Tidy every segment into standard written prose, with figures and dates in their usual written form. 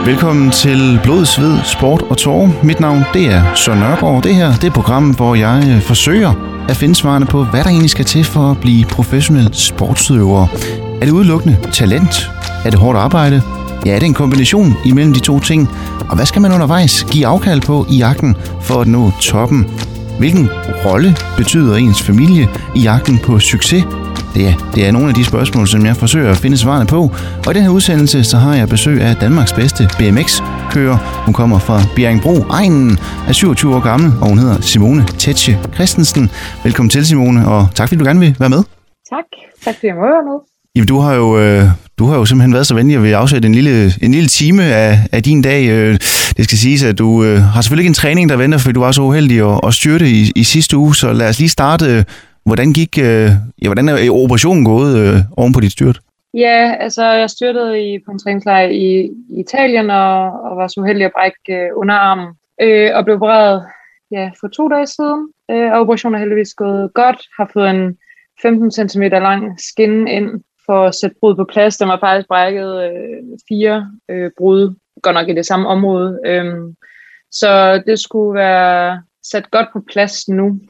Velkommen til Blod, Sved, Sport og Tårer. Mit navn, det er Søren Nørgaard. Det her, det er programmet, hvor jeg forsøger at finde svarene på, hvad der egentlig skal til for at blive professionel sportsudøver. Er det udelukkende talent? Er det hårdt arbejde? Ja, er det en kombination imellem de to ting? Og hvad skal man undervejs give afkald på i jagten for at nå toppen? Hvilken rolle betyder ens familie i jagten på succes? Det er nogle af de spørgsmål, som jeg forsøger at finde svarene på. Og i den her udsendelse, så har jeg besøg af Danmarks bedste BMX-kører. Hun kommer fra Bjerringbro, egnen, er 27 år gammel, og hun hedder Simone Tetsche Christensen. Velkommen til, Simone, og tak fordi du gerne vil være med. Tak fordi jeg må være med. Jamen, du har jo simpelthen været så venlig at vil afsætte en lille time af din dag. Det skal siges, at du har selvfølgelig ikke en træning, der venter, fordi du var så uheldig at styrte i sidste uge. Så lad os lige starte. Hvordan er operationen gået oven på dit styrt? Ja, altså jeg styrtede på en træningslejr i Italien og var så uheldig at brække underarmen og blev opereret for 2 dage siden. Og operationen er heldigvis gået godt. Har fået en 15 cm lang skinne ind for at sætte brud på plads. Den var faktisk brækket 4 brud, godt nok i det samme område. Så det skulle være sat godt på plads nu.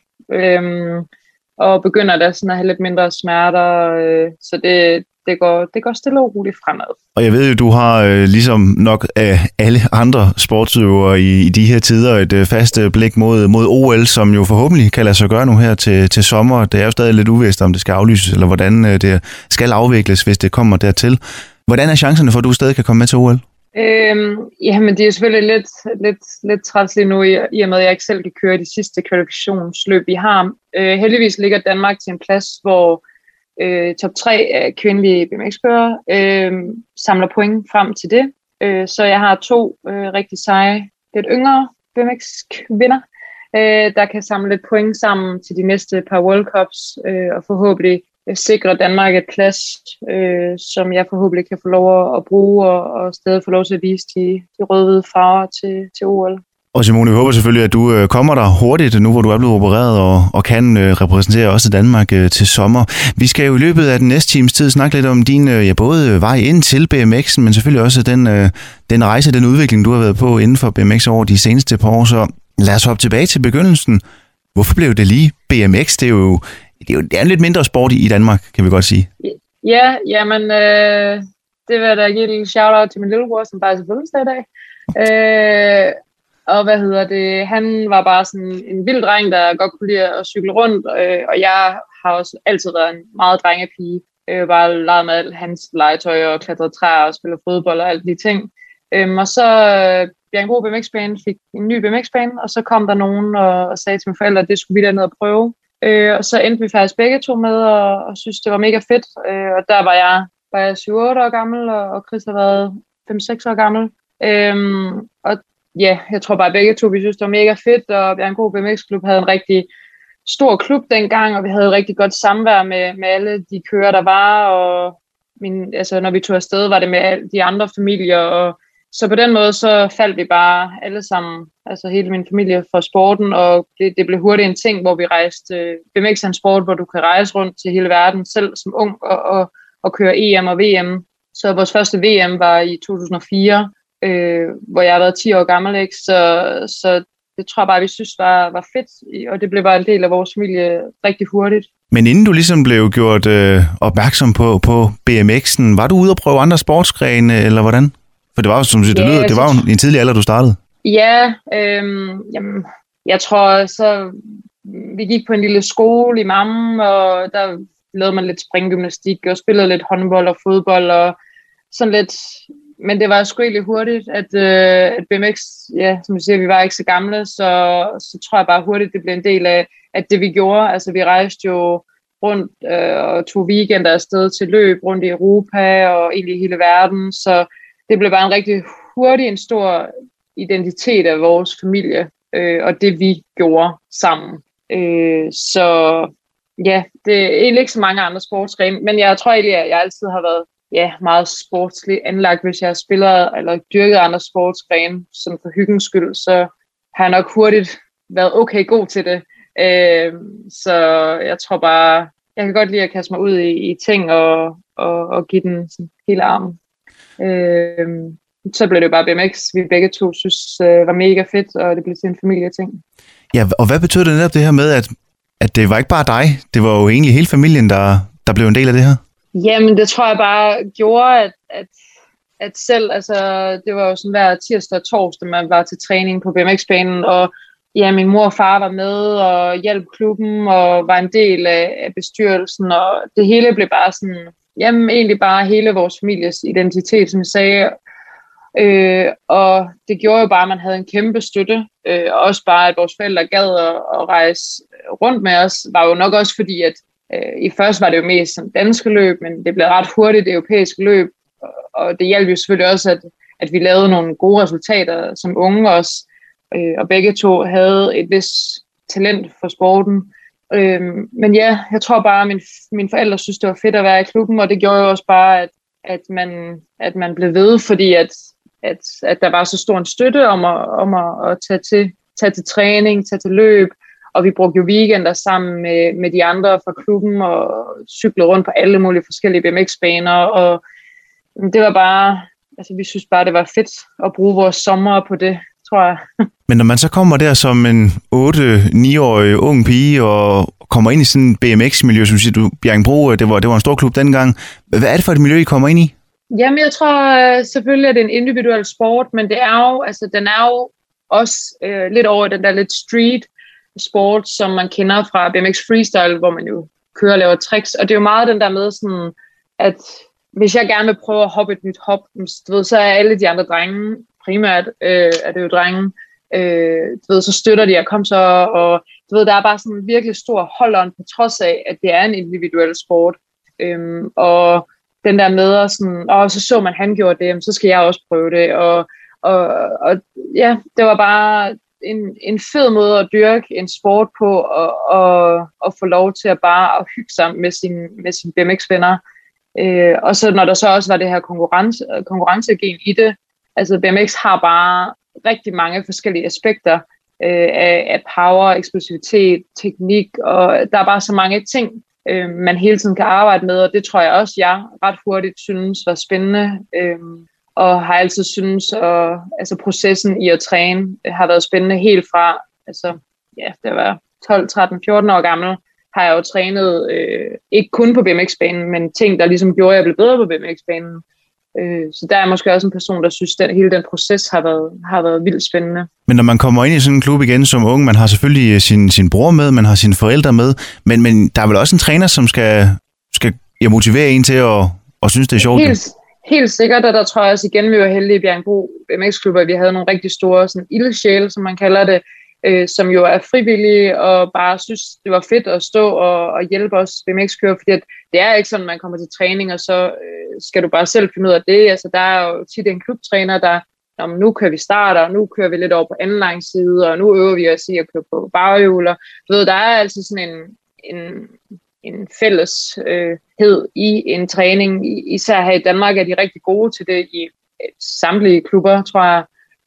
Og begynder der sådan at have lidt mindre smerter, så det går stille og roligt fremad. Og jeg ved jo, du har ligesom nok af alle andre sportsudøvere i de her tider et fast blik mod OL, som jo forhåbentlig kan lade sig gøre nu her til sommer. Det er jo stadig lidt uvist, om det skal aflyses, eller hvordan det skal afvikles, hvis det kommer dertil. Hvordan er chancerne for, at du stadig kan komme med til OL? Jamen det er selvfølgelig lidt træls lige nu, i og med at jeg ikke selv kan køre de sidste kvalifikationsløb, vi har. Heldigvis ligger Danmark til en plads, hvor top 3 af kvindelige BMX-kører samler point frem til det. Så jeg har 2 rigtig seje, lidt yngre BMX-kvinder, der kan samle lidt point sammen til de næste par World Cups, og forhåbentlig sikre Danmark et plads, som jeg forhåbentlig kan få lov at bruge, og stadig få lov til at vise de røde-hvide farver til OL. Og Simone, vi håber selvfølgelig, at du kommer der hurtigt, nu hvor du er blevet opereret, og kan repræsentere også Danmark til sommer. Vi skal jo i løbet af den næste times tid snakke lidt om din både vej ind til BMX'en, men selvfølgelig også den rejse, den udvikling, du har været på inden for BMX over de seneste par år. Så lad os hoppe tilbage til begyndelsen. Hvorfor blev det lige BMX? Det er en lidt mindre sport i Danmark, kan vi godt sige. Ja, jamen, det vil jeg da give et lille shout-out til min lillebror, som bare er til fødselsdag i dag. Og han var bare sådan en vild dreng, der godt kunne lide at cykle rundt, og jeg har også altid været en meget drengepige. Bare leget med alt hans legetøj og klatret træer og spillet fodbold og alle de ting. Og så Bjerringbro BMX-bane fik en ny BMX-bane, og så kom der nogen og sagde til mine forældre, at det skulle vi derned og prøve. Og så endte vi faktisk begge to med, og synes det var mega fedt. Og der var jeg 7-8 år gammel, og Chris har været 5-6 år gammel. Og ja, jeg tror bare begge to, vi synes det var mega fedt, og Bjerringbro BMX-klub havde en rigtig stor klub dengang, og vi havde et rigtig godt samvær med alle de kører, der var, og når vi tog afsted, var det med alle de andre familier, og så på den måde, så faldt vi bare alle sammen, altså hele min familie, for sporten, og det blev hurtigt en ting, hvor vi rejste. BMX er en sport, hvor du kan rejse rundt til hele verden, selv som ung, og køre EM og VM. Så vores første VM var i 2004, hvor jeg har været 10 år gammel, ikke? Så det tror jeg bare, vi synes var fedt, og det blev bare en del af vores familie rigtig hurtigt. Men inden du ligesom blev gjort opmærksom på BMX'en, var du ude og prøve andre sportsgrene, eller hvordan? For det var jo, som det lyder, det var jo en tidlig alder, du startede. Ja, jamen, jeg tror så, vi gik på en lille skole i Mamme, og der lavede man lidt springgymnastik, og spillede lidt håndbold og fodbold, og sådan lidt. Men det var sgu egentlig hurtigt, at BMX, ja, som du siger, vi var ikke så gamle, så tror jeg bare hurtigt, det blev en del af det, vi gjorde. Altså, vi rejste jo rundt og tog weekender afsted til løb rundt i Europa og egentlig i hele verden, så det blev bare en rigtig hurtig, en stor identitet af vores familie, og det vi gjorde sammen. Så ja, det er egentlig ikke så mange andre sportsgrene, men jeg tror egentlig, at jeg altid har været meget sportsligt anlagt, hvis jeg har spillet eller dyrket andre sportsgrene, som for hyggens skyld, så har jeg nok hurtigt været okay god til det. Så jeg tror bare, jeg kan godt lide at kaste mig ud i ting og give den sådan hele armen. så blev det jo bare BMX, vi begge to synes var mega fedt, og det blev til en familieting. Ja, og hvad betød det netop det her med, at det var ikke bare dig, det var jo egentlig hele familien, der blev en del af det her? Jamen, det tror jeg bare gjorde, at selv, altså, det var jo sådan hver tirsdag og torsdag, man var til træning på BMX-banen, og ja, min mor og far var med og hjalp klubben og var en del af bestyrelsen, og det hele blev bare sådan, jamen egentlig bare hele vores families identitet, som jeg sagde. Og det gjorde jo bare, at man havde en kæmpe støtte, og også bare, at vores forældre gad at rejse rundt med os, var jo nok også fordi, at i først var det jo mest som danske løb, men det blev ret hurtigt det europæiske løb, og det hjalp jo selvfølgelig også, at vi lavede nogle gode resultater som unge også, og begge to havde et vist talent for sporten. Men ja, jeg tror bare, at mine forældre synes, det var fedt at være i klubben, og det gjorde jo også bare, at man blev ved, fordi at der var så stor en støtte om at tage til træning, tage til løb, og vi brugte jo weekender sammen med de andre fra klubben og cyklede rundt på alle mulige forskellige BMX-baner, og det var bare, altså vi synes bare, det var fedt at bruge vores sommer på det, tror jeg. Men når man så kommer der som en 8-9-årig ung pige og kommer ind i sådan et BMX-miljø, som siger, Bjerringbro, det var en stor klub dengang. Hvad er det for et miljø, I kommer ind i? Jamen, jeg tror selvfølgelig, at det er en individuel sport, men det er jo, altså, den er jo også lidt over den der lidt street sport, som man kender fra BMX Freestyle, hvor man jo kører og laver tricks. Og det er jo meget den der med sådan, at hvis jeg gerne vil prøve at hoppe et nyt hop, så er alle de andre drenge, primært er det jo drenge, så støtter de at komme så, og der er bare sådan en virkelig stor hold-on på trods af, at det er en individuel sport. Og den der med, og sådan, så man, han gjorde det, så skal jeg også prøve det. Og ja, det var bare en fed måde at dyrke en sport på, og få lov til at bare at hygge sammen med sine BMX-venner. Og så når der så også var det her konkurrencegen i det, altså BMX har bare rigtig mange forskellige aspekter af power, eksplosivitet, teknik, og der er bare så mange ting, man hele tiden kan arbejde med, og det tror jeg også, jeg ret hurtigt synes var spændende, og har altid synes, og altså processen i at træne har været spændende helt fra, altså ja, det var 12, 13, 14 år gammel, har jeg jo trænet, ikke kun på BMX-banen, men ting, der ligesom gjorde, at jeg blev bedre på BMX-banen. Så der er måske også en person, der synes, at hele den proces har været vildt spændende. Men når man kommer ind i sådan en klub igen som ung, man har selvfølgelig sin bror med, man har sine forældre med, men der er vel også en træner, som skal motivere en til at synes, det er sjovt? Helt sikkert, og der tror jeg også igen, vi var heldige i Bjerringbro BMX-klubber, vi havde nogle rigtig store sådan ildsjæle, som man kalder det, som jo er frivillige og bare synes, det var fedt at stå og hjælpe os BMX-kører, fordi at det er ikke sådan, man kommer til træning, og så skal du bare selv finde ud af det. Altså, der er jo tit en klubtræner, der nu kører vi starter, og nu kører vi lidt over på anden langside, og nu øver vi os i at køre på baghjul. Der er altså sådan en fælleshed i en træning. Især her i Danmark er de rigtig gode til det i samtlige klubber, tror jeg.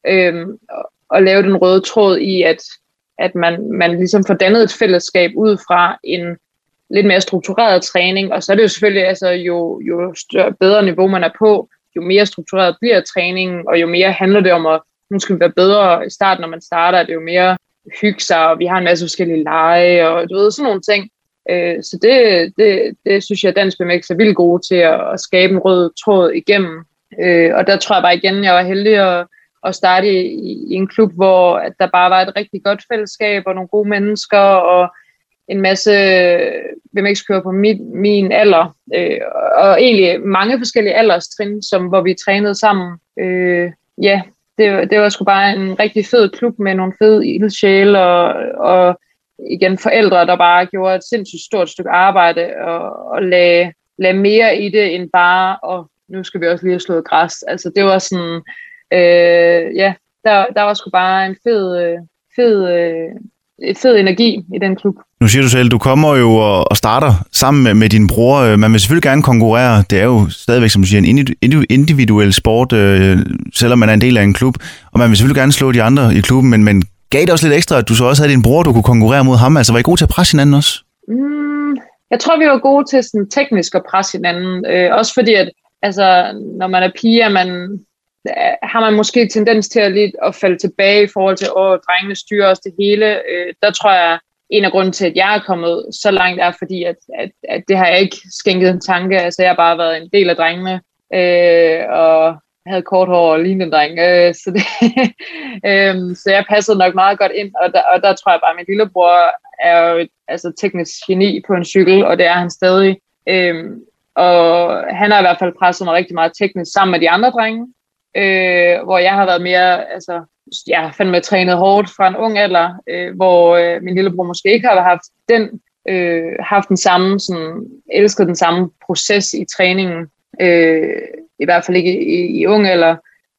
At lave den røde tråd i, at man ligesom får dannet et fællesskab ud fra en lidt mere struktureret træning, og så er det jo selvfølgelig, altså jo bedre niveau man er på, jo mere struktureret bliver træningen, og jo mere handler det om, at nu skal vi være bedre i starten, når man starter, det er jo mere hygge sig, og vi har en masse forskellige lege, og sådan nogle ting. Så det synes jeg, Dansk BMX er vildt gode til at skabe en rød tråd igennem. Og der tror jeg bare igen, jeg var heldig at starte i en klub, hvor at der bare var et rigtig godt fællesskab, og nogle gode mennesker, og en masse BMX-kører på min alder, og egentlig mange forskellige alderstrin, hvor vi trænede sammen. Det var sgu bare en rigtig fed klub med nogle fede ildsjæle, og igen forældre, der bare gjorde et sindssygt stort stykke arbejde, og lagde mere i det, end bare, og nu skal vi også lige have slået græs. Altså det var sådan, der var sgu bare en fed energi i den klub. Nu siger du selv, du kommer jo og starter sammen med din bror. Man vil selvfølgelig gerne konkurrere. Det er jo stadigvæk, som du siger, en individuel sport, selvom man er en del af en klub. Og man vil selvfølgelig gerne slå de andre i klubben, men gav det også lidt ekstra, at du så også havde din bror, du kunne konkurrere mod ham? Altså var I gode til at presse hinanden også? Jeg tror, vi var gode til sådan teknisk at presse hinanden. Også fordi, at altså, når man er pige, har man måske tendens til at falde tilbage i forhold til, drengene styrer også det hele. Der tror jeg, en af grunden til, at jeg er kommet så langt, er fordi, at det har jeg ikke skænket en tanke. Altså, jeg har bare været en del af drengene, og havde kort hår og lignende en dreng. Så jeg passede nok meget godt ind, og der tror jeg bare, at min lillebror er jo teknisk geni på en cykel, og det er han stadig. Og han har i hvert fald presset mig rigtig meget teknisk sammen med de andre drenge, hvor jeg har været mere, jeg har fandme trænet hårdt fra en ung alder, hvor min lillebror måske ikke har haft den samme, sådan, elsket den samme proces i træningen, i hvert fald ikke i ung alder.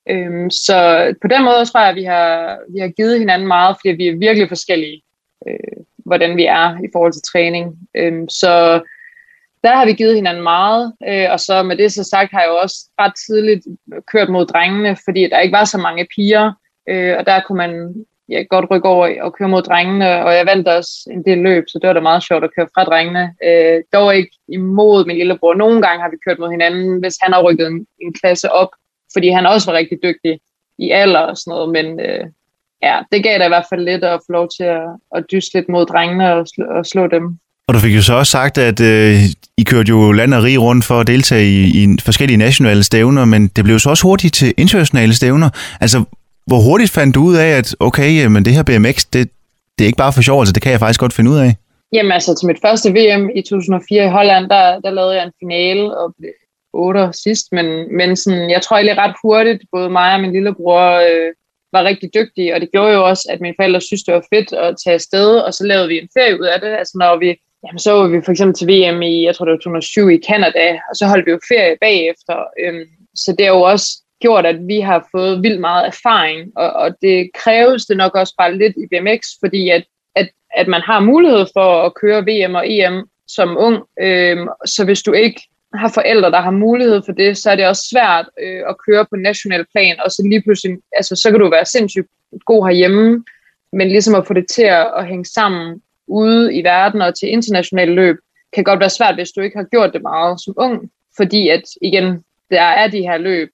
Så på den måde tror jeg, at vi har givet hinanden meget, fordi vi er virkelig forskellige, hvordan vi er i forhold til træning. Så der har vi givet hinanden meget, og så med det så sagt har jeg jo også ret tidligt kørt mod drengene, fordi der ikke var så mange piger, og der kunne man godt rykke over og køre mod drengene, og jeg vandt også en del løb, så det var da meget sjovt at køre fra drengene. Dog ikke imod min lillebror. Nogle gange har vi kørt mod hinanden, hvis han har rykket en klasse op, fordi han også var rigtig dygtig i alder og sådan noget, men det gav da i hvert fald lidt at få lov til at dyste lidt mod drengene og slå dem. Og du fik jo så også sagt, at I kørte jo land og rige rundt for at deltage i forskellige nationale stævner, men det blev så også hurtigt til internationale stævner. Altså, hvor hurtigt fandt du ud af, at okay, men det her BMX, det er ikke bare for sjov, altså det kan jeg faktisk godt finde ud af? Jamen til mit første VM i 2004 i Holland, der lavede jeg en finale og blev 8 sidst, men sådan, jeg tror egentlig ret hurtigt, både mig og min lillebror var rigtig dygtige, og det gjorde jo også, at mine forældre synes, det var fedt at tage afsted, og så lavede vi en ferie ud af det. Altså så var vi for eksempel til VM i, jeg tror det var 2007 i Canada, og så holdt vi jo ferie bagefter. Så det har jo også gjort, at vi har fået vildt meget erfaring, og det kræves det nok også bare lidt i BMX, fordi at man har mulighed for at køre VM og EM som ung. Så hvis du ikke har forældre, der har mulighed for det, så er det også svært at køre på national plan, og så lige pludselig, så kan du være sindssygt god herhjemme, men ligesom at få det til at hænge sammen ude i verden og til internationale løb, kan godt være svært, hvis du ikke har gjort det meget som ung, fordi at igen, der er de her løb,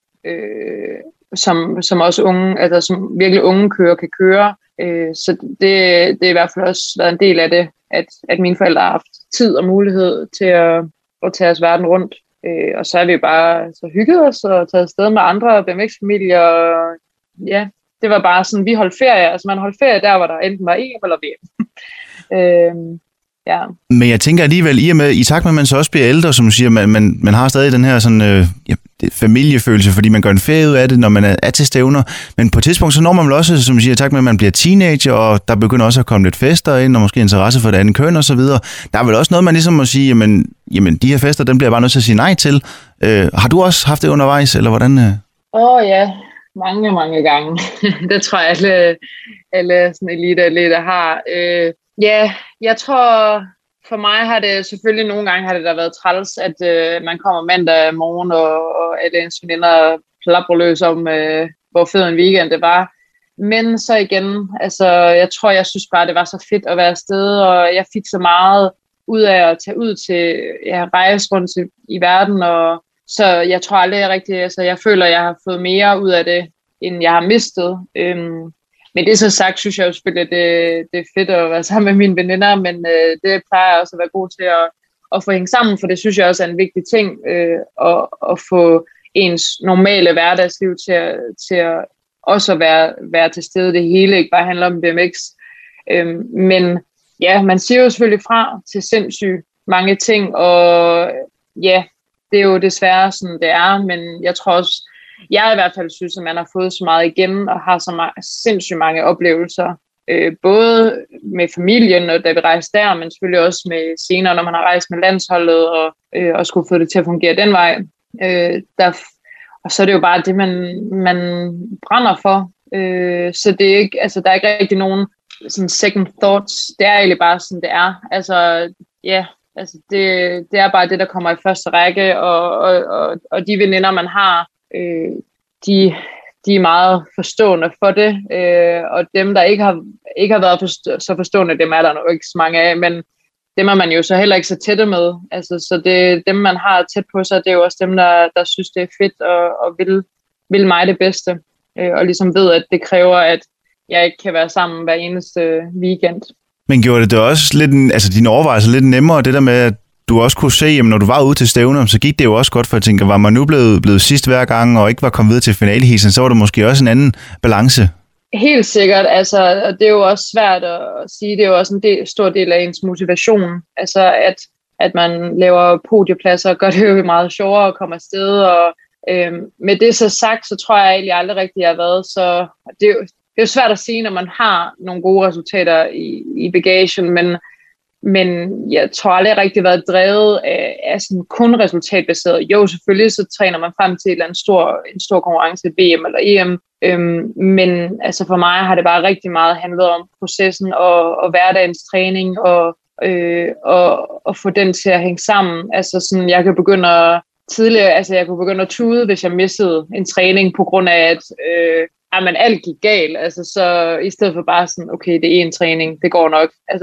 som også unge, altså som virkelig unge kører kan køre, så det er i hvert fald også været en del af det, at mine forældre har haft tid og mulighed til at tage os verden rundt, og så er vi bare så hygget os og taget afsted med andre BMX-familier, og ja, det var bare sådan, vi holdt ferie, altså man holdt ferie der, hvor der enten var EM eller VM. Ja. Men jeg tænker alligevel, i takt med, at man så også bliver ældre, som du siger, man har stadig den her sådan, familiefølelse, fordi man gør en ferie ud af det, når man er til stævner. Men på et tidspunkt, så når man vel også, som du siger, i takt med, at man bliver teenager, og der begynder også at komme lidt fester ind, og måske interesse for det andet køn og så videre. Der er vel også noget, man ligesom må sige, jamen de her fester, dem bliver jeg bare nødt til at sige nej til. Har du også haft det undervejs, eller hvordan? Ja, mange gange. Det tror jeg, alle sådan elite har. Jeg tror, for mig har det selvfølgelig nogle gange har det da været træls, at man kommer mandag morgen, og alle ens veninder plapper løs om, hvor fed en weekend det var. Men så igen, jeg synes bare, det var så fedt at være afsted, og jeg fik så meget ud af at tage ud til rejse rundt i verden, og så jeg tror aldrig rigtigt, jeg føler, at jeg har fået mere ud af det, end jeg har mistet. Men det så sagt, synes jeg jo selvfølgelig, at det er fedt at være sammen med mine veninder, men det plejer jeg også at være god til at få hængt sammen, for det synes jeg også er en vigtig ting, at få ens normale hverdagsliv til at også være til stede. Det hele ikke bare handler om BMX. Men ja, man siger jo selvfølgelig fra til sindssygt mange ting, og ja, det er jo desværre sådan, det er, men jeg tror også, jeg i hvert fald synes, at man har fået så meget igen, og har så sindssygt mange oplevelser, både med familien, og da vi rejste der, men selvfølgelig også med senere, når man har rejst med landsholdet, og skulle få det til at fungere den vej. Og så er det jo bare det, man brænder for. Så det er ikke, der er ikke rigtig nogen sådan second thoughts. Det er egentlig bare sådan, det er. Det er bare det, der kommer i første række, og de veninder, man har, de er meget forstående for det, og dem, der ikke har været så forstående, dem er der nok ikke så mange af, men dem er man jo så heller ikke så tætte med. Så det dem, man har tæt på sig, det er jo også dem, der synes, det er fedt og vil vil mig det bedste, og ligesom ved, at det kræver, at jeg ikke kan være sammen hver eneste weekend. Men gjorde det også lidt, altså dine overvejelser lidt nemmere, det der med, at du også kunne se, at når du var ude til stævner, så gik det jo også godt, for at tænke, var man nu blevet sidst hver gang, og ikke var kommet videre til finalehisen, så var der måske også en anden balance. Helt sikkert, altså, og det er jo også svært at sige, det er jo også en stor del af ens motivation, altså at man laver podiepladser, gør det jo meget sjovere at komme afsted, og med det så sagt, så tror jeg egentlig aldrig rigtigt, jeg har været, så det er jo svært at sige, når man har nogle gode resultater i bagagen, men jeg tror aldrig rigtig været drevet af sådan kun resultatbaseret. Jo, selvfølgelig så træner man frem til en stor konkurrence i VM eller EM, men altså for mig har det bare rigtig meget handlet om processen og hverdagens træning og få den til at hænge sammen. Altså sådan, jeg kunne begynde at tude, hvis jeg missede en træning på grund af, at alt gik galt. Altså så i stedet for bare sådan, okay, det er en træning, det går nok. Altså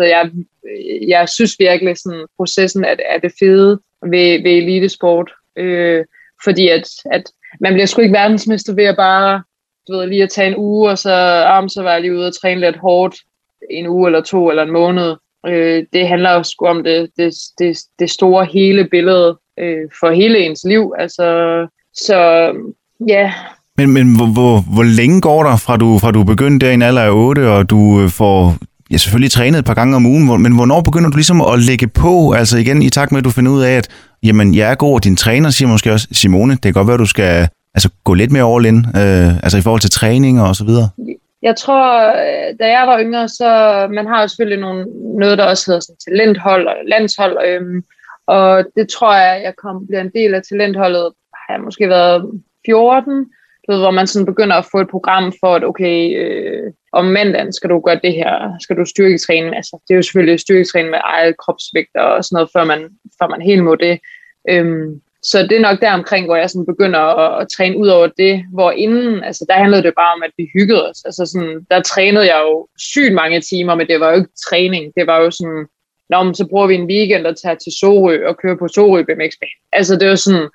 jeg synes virkelig sådan, processen er det fede ved elitesport, fordi at man bliver sgu ikke verdensmester ved at bare, lige at tage en uge, og så var jeg lige ude og træne lidt hårdt en uge eller 2 eller en måned. Det handler jo sgu om det store hele billede for hele ens liv. Altså, så ja. Men hvor længe går der, fra du begyndte der i en alder af 8, og du får selvfølgelig trænet et par gange om ugen, men hvornår begynder du ligesom at lægge på, altså igen i takt med, at du finder ud af, at jamen, jeg er god, og din træner siger måske også, Simone, det kan godt være, at du skal gå lidt mere all in, altså i forhold til træninger og så videre? Jeg tror, da jeg var yngre, så man har jo selvfølgelig noget, der også hedder sådan talenthold og landshold, og det tror jeg bliver en del af talentholdet, har jeg måske været 14, hvor man sådan begynder at få et program for, at okay, om mandagen skal du gøre det her, skal du styrketræne, altså det er jo selvfølgelig styrketræne med eget kropsvægt og sådan noget, før man helt må det. Så det er nok der omkring, hvor jeg sådan begynder at træne ud over det, hvor inden, altså der handlede det bare om, at vi hyggede os. Altså sådan, der trænede jeg jo sygt mange timer, men det var jo ikke træning. Det var jo sådan, så bruger vi en weekend og tager til Sorø og kører på Sorø BMX-bane. Altså det var sådan,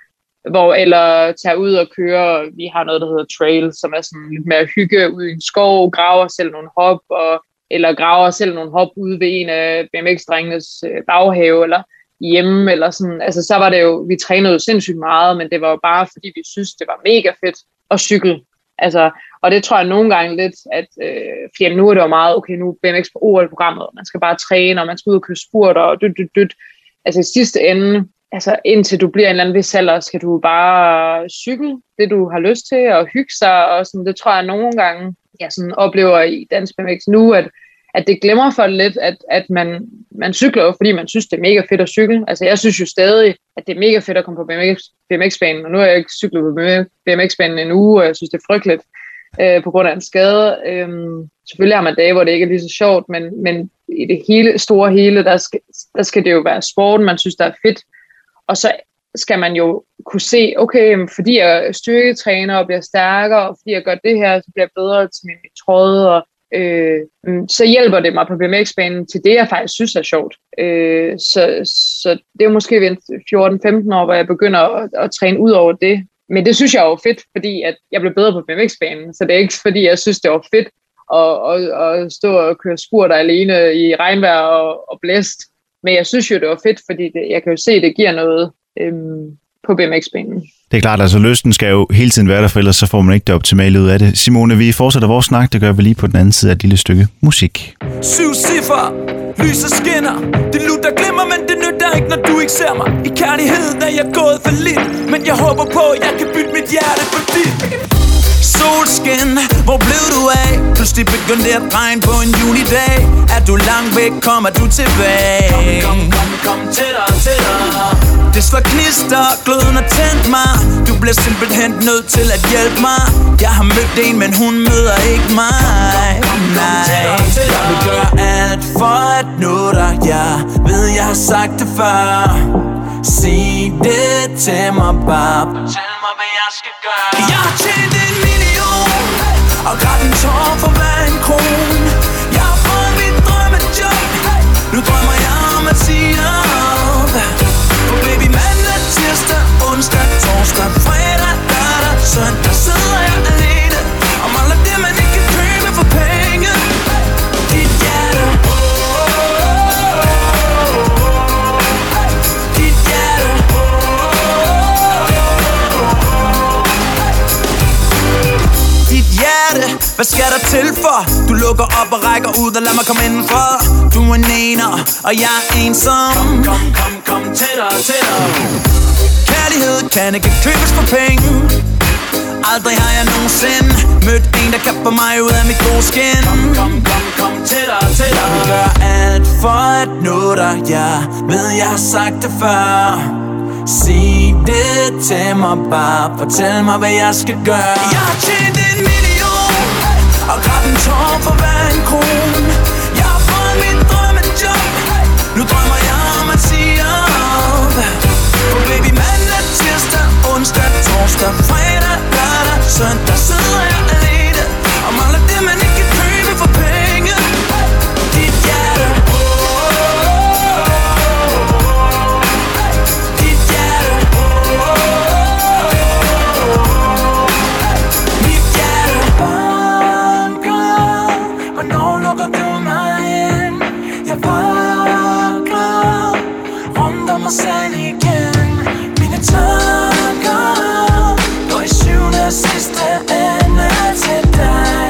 eller tager ud og køre, vi har noget, der hedder trail, som er sådan lidt mere hygge ude i en skov, graver selv nogle hop, eller graver selv nogle hop ude ved en af BMX-drengenes baghave, eller hjemme, eller sådan. Altså så var det jo, vi trænede jo sindssygt meget, men det var jo bare, fordi vi synes, det var mega fedt at cykle. Altså, og det tror jeg nogle gange lidt, at fordi nu er det jo meget, okay, nu er BMX på OL-programmet, man skal bare træne, og man skal ud og køre spurter, og dyt. Altså i sidste ende, altså indtil du bliver en eller anden vis alder, skal du bare cykle det, du har lyst til, og hygge sig, og sådan, det tror jeg nogle gange, jeg sådan oplever i dansk BMX nu, at det glemmer for lidt, at man cykler jo, fordi man synes, det er mega fedt at cykle. Altså jeg synes jo stadig, at det er mega fedt at komme på BMX-banen, og nu har jeg ikke cyklet på BMX-banen en uge, og jeg synes, det er frygteligt på grund af en skade. Selvfølgelig har man dage, hvor det ikke er lige så sjovt, men i det hele store hele, der skal det jo være sporten, man synes, der er fedt. Og så skal man jo kunne se, okay, fordi jeg styrketræner og bliver stærkere, og fordi jeg gør det her, så bliver jeg bedre til min metode, og så hjælper det mig på BMX-banen til det, jeg faktisk synes er sjovt. Så det er jo måske ved 14-15 år, hvor jeg begynder at træne ud over det. Men det synes jeg er jo fedt, fordi at jeg blev bedre på BMX-banen, så det er ikke fordi, jeg synes, det var fedt at stå og køre spurter alene i regnvejr og blæst. Men jeg synes jo, det var fedt, fordi jeg kan jo se, at det giver noget på BMX-banen. Det er klart, altså lysten skal jo hele tiden være der, for ellers så får man ikke det optimale ud af det. Simone, vi fortsætter vores snak, det gør vi lige på den anden side af et lille stykke musik. 7 ciffer, lys og skinner. Det lutter glimmer, men det nytter ikke, når du ikke ser mig. I kærligheden er jeg gået for lidt, men jeg håber på, at jeg kan bytte mit hjerte for dit. Solskin, hvor blev du af? Pludselig begyndte det at regne på en junidag. Er du langt væk, kommer du tilbage? Kom tættere. Det slår gnister, gløden har tændt mig. Du bliver simpelthen nødt til at hjælpe mig. Jeg har mødt en, men hun møder ikke mig. Nej, jeg vil gøre alt for at nå dig. Jeg ved, jeg har sagt det før. Sig det til mig, bare. Fortæl mig, hvad jeg skal gøre. Jeg har tjent 1 million og grædt en tår for hver en kron. Jeg har fået mit drømmejob. Nu drømmer jeg om at sige op. For baby, mandag, tirsdag, onsdag, torsdag, fredag, lørdag, søndag sidder jeg Hvad skal der til for? Du lukker op og rækker ud og lad mig komme indenfor. Du er en ener, og jeg er ensom. Kom tættere, tættere. Kærlighed kan ikke købes for penge. Aldrig har jeg nogensinde mødt en, der kan få mig ud af mit gode skin. Kom tættere, tættere. Jeg gør alt for at nå dig, jeg ved jeg har sagt det før. Sig det til mig bare, fortæl mig hvad jeg skal gøre. Jeg har tjent 1 million, og grædt en tår for hver en krone. Jeg har fået mit drømmejob, nu drømmer jeg om at sige op. For baby, mandag, tirsdag, onsdag, torsdag, fredag, lørdag, søndag sidder jeg alene og mangler det, man ikke kan købe for penge. Dit hjerte, dit hjerte, mit hjerte. Banker, hvornår lukker du mig ind? Jeg vakler rundt om mig selv igen. Mine tanker går i syvende og sidste ende til dig.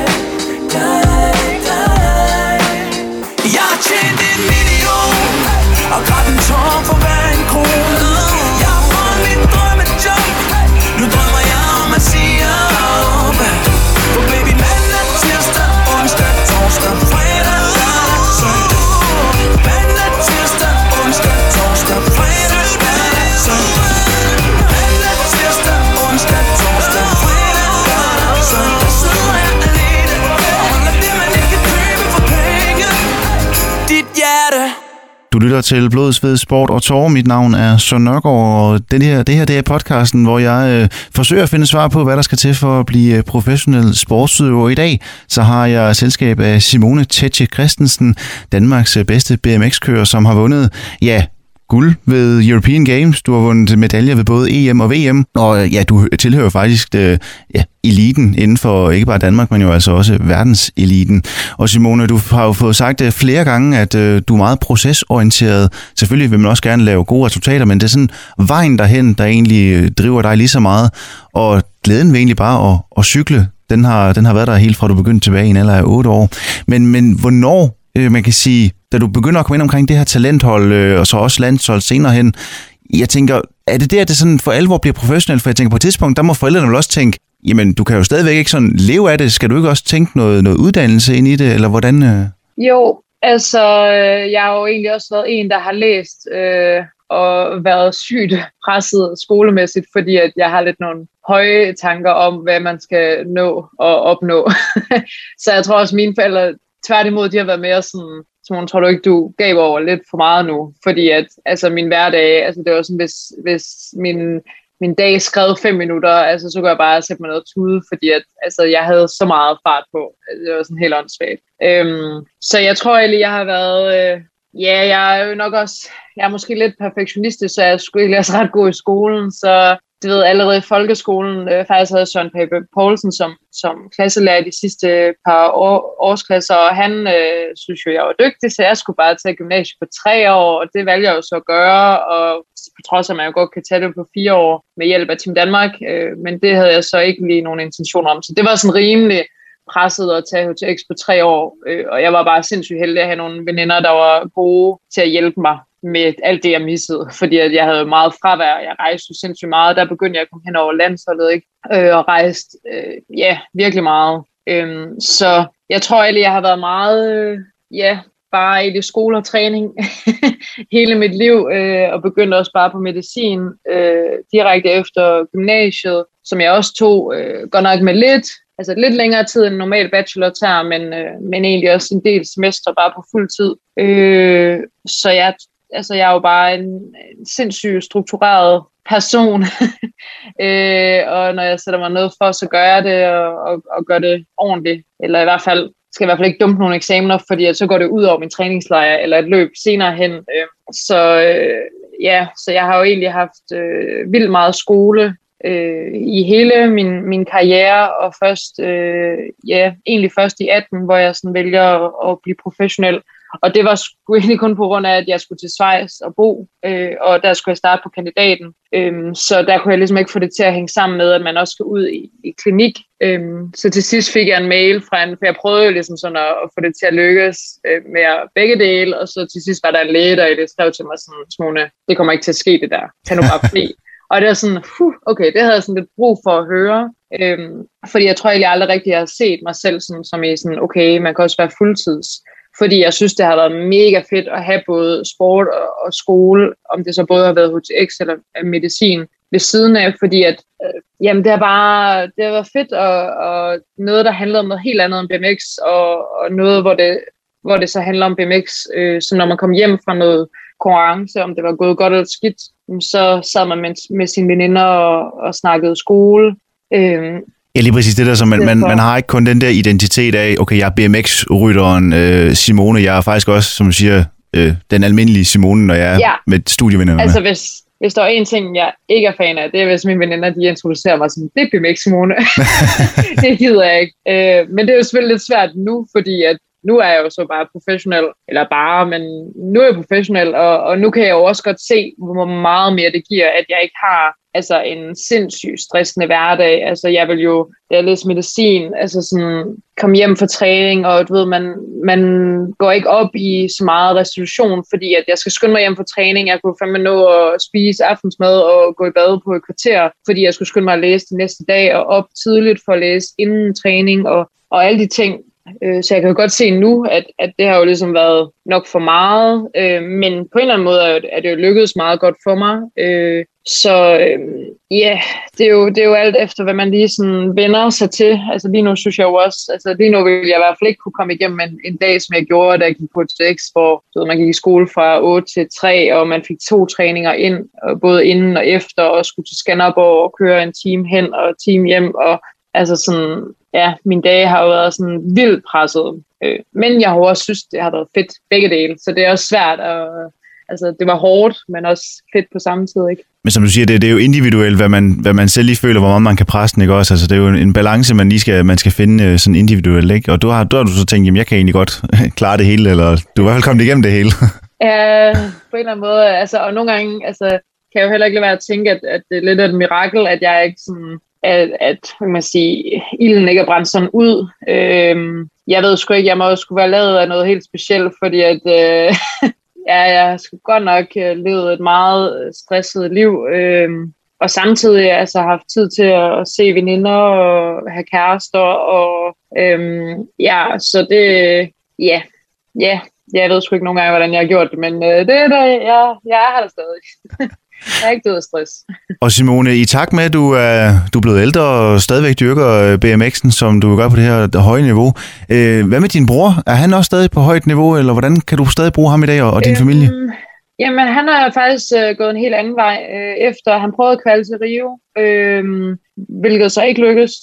Jeg har tjent 1 million, og grædt en tår for hver en krone. Jeg har fået mit drømmejob, nu drømmer jeg om at sige op. For baby, mandag, tirsdag, onsdag, torsdag, fredag, lørdag, søndag. Mandag, tirsdag, onsdag, torsdag, fredag, lørdag, søndag. Mandag, tirsdag, onsdag, torsdag, fredag, lørdag, søndag. Sidder jeg alene og mangler det, man ikke kan købe for penge. Dit hjerte. Du lytter til Blod, Sved, Sport og Tårer. Mit navn er Søren Nørgaard, og det her er podcasten, hvor jeg forsøger at finde svar på, hvad der skal til for at blive professionel sportsudøver. I dag så har jeg selskab af Simone Tetje Christensen, Danmarks bedste BMX-kører, som har vundet, guld ved European Games. Du har vundet medaljer ved både EM og VM, og du tilhører faktisk eliten inden for ikke bare Danmark, men jo altså også verdenseliten. Og Simone, du har jo fået sagt flere gange, at du er meget procesorienteret. Selvfølgelig vil man også gerne lave gode resultater, men det er sådan vejen derhen, der egentlig driver dig lige så meget. Og glæden ved egentlig bare at cykle, den har været der helt fra du begyndte tilbage i en alder af 8 år. Men hvornår, man kan sige, da du begynder at komme ind omkring det her talenthold, og så også landshold senere hen, jeg tænker, er det der, at det sådan for alvor bliver professionelt? For jeg tænker, på et tidspunkt, der må forældrene vel også tænke, jamen, du kan jo stadigvæk ikke sådan leve af det. Skal du ikke også tænke noget uddannelse ind i det, eller hvordan? Jo, altså, jeg har jo egentlig også været en, der har læst og været sygt presset skolemæssigt, fordi at jeg har lidt nogle høje tanker om, hvad man skal nå og opnå. Så jeg tror også, mine forældre tværtimod, de har været mere sådan, Simon, tror du ikke, du gav over lidt for meget nu? Fordi at, altså min hverdag, altså det var sådan, hvis min dag skrev 5 minutter, altså så kunne jeg bare sætte mig noget tude, fordi at, altså jeg havde så meget fart på. Det var sådan helt åndssvagt. Så jeg tror egentlig, jeg har været, jeg er jo nok også, jeg er måske lidt perfektionistisk, så jeg skulle egentlig også ret god i skolen, så du ved, allerede i folkeskolen, faktisk havde Søren Pape Poulsen som klasselærer de sidste par årsklasser, og han synes jo, jeg var dygtig, så jeg skulle bare tage gymnasiet på 3 år, og det valgte jeg jo så at gøre, og på trods af, at man jo godt kan tage det på 4 år med hjælp af Team Danmark, men det havde jeg så ikke lige nogen intention om, så det var sådan rimelig presset at tage HTX på 3 år, og jeg var bare sindssygt heldig at have nogle veninder, der var gode til at hjælpe mig med alt det, jeg missede, fordi at jeg havde meget fravær, jeg rejste sindssygt meget, der begyndte jeg at komme hen over landsholdet, ikke? Og rejste, virkelig meget. Så jeg tror egentlig, jeg har været meget, bare i det skole og træning hele mit liv, og begyndte også bare på medicin direkte efter gymnasiet, som jeg også tog godt nok med lidt længere tid end normal bachelor tager, men egentlig også en del semester bare på fuld tid. Så jeg er jo bare en sindssygt struktureret person, og når jeg sætter mig ned for, så gør jeg det og gør det ordentligt, eller i hvert fald skal jeg i hvert fald ikke dumpe nogle eksamener, fordi så går det ud over min træningslejr eller et løb senere hen. Så jeg har jo egentlig haft vildt meget skole i hele min karriere, og egentlig først i 18, hvor jeg sådan vælger at blive professionel. Og det var sgu egentlig kun på grund af, at jeg skulle til Schweiz og bo, og der skulle jeg starte på kandidaten. Så der kunne jeg ligesom ikke få det til at hænge sammen med, at man også skal ud i klinik. Så til sidst fik jeg en mail fra for jeg prøvede jo ligesom sådan at få det til at lykkes med begge dele, og så til sidst var der en læge, der skrev til mig sådan, Simone, det kommer ikke til at ske det der, tag nu bare fri. Og det var sådan, okay, det havde jeg sådan lidt brug for at høre, fordi jeg tror egentlig aldrig rigtig, jeg har set mig selv som i sådan, okay, man kan også være fuldtids. Fordi jeg synes, det har været mega fedt at have både sport og skole, om det så både har været HTX eller medicin ved siden af, fordi at, jamen det har været fedt, og noget, der handlede om noget helt andet end BMX, og noget, hvor det så handler om BMX, så når man kom hjem fra noget konkurrence, om det var gået godt eller skidt, så sad man med sine veninder og snakkede skole. Ja, lige præcis det der, så man har ikke kun den der identitet af, okay, jeg er BMX-rytteren Simone, jeg er faktisk også, som du siger, den almindelige Simone, når jeg er med studievennerne. Altså hvis der er en ting, jeg ikke er fan af, det er, hvis mine veninder, de introducerer mig som, det er BMX Simone. Det gider jeg ikke. Men det er jo selvfølgelig lidt svært nu, fordi at nu er jeg jo så bare professionel, men nu er jeg professionel, og nu kan jeg jo også godt se, hvor meget mere det giver, at jeg ikke har en sindssygt stressende hverdag. Altså jeg vil jo, da jeg læser medicin, komme hjem fra træning, og du ved, man går ikke op i så meget restitution, fordi at jeg skal skynde mig hjem fra træning, jeg kunne fandme nå at spise aftensmad og gå i bad på et kvarter, fordi jeg skulle skynde mig at læse det næste dag, og op tidligt for at læse inden træning, og alle de ting. Så jeg kan jo godt se nu, at det har jo ligesom været nok for meget, men på en eller anden måde er det jo lykkedes meget godt for mig. Det er jo alt efter, hvad man lige sådan vender sig til. Altså lige nu synes jeg jo også, lige nu vil jeg i hvert fald ikke kunne komme igennem en dag, som jeg gjorde, da jeg gik på HTX, hvor man gik i skole fra 8 til 3, og man fik 2 træninger ind, både inden og efter, og skulle til Skanderborg og køre en time hen og en time hjem, og mine dage har jo været sådan vildt presset. Men jeg har også synes, det har været fedt begge dele, så det er også svært. Det var hårdt, men også fedt på samme tid, ikke? Men som du siger, det er jo individuelt, hvad man selv lige føler, hvor meget man kan presse den, ikke også? Altså det er jo en balance, man skal finde sådan individuelt, ikke? Og du har så tænkt, jamen jeg kan egentlig godt klare det hele, eller du er i hvert fald kommet igennem det hele. Ja, på en eller anden måde. Og nogle gange kan jeg jo heller ikke lade være at tænke, at det er lidt af et mirakel, at jeg ikke sådan... at man sige, ilden ikke er brændt sådan ud. Jeg ved sgu ikke, jeg må skulle være lavet af noget helt specielt, fordi at jeg skulle godt nok levet et meget stresset liv, og samtidig haft tid til at se veninder og have kærester, og så det, jeg ved sgu ikke nogen gange, hvordan jeg har gjort det, men det er det, jeg er her stadig. Jeg er ikke død af stress. Og Simone, i takt med, at du er blevet ældre og stadigvæk dyrker BMX'en, som du gør på det her høje niveau. Hvad med din bror? Er han også stadig på højt niveau, eller hvordan kan du stadig bruge ham i dag og din familie? Jamen, han har faktisk gået en helt anden vej, efter han prøvede at kvalde til Rio, hvilket så ikke lykkedes.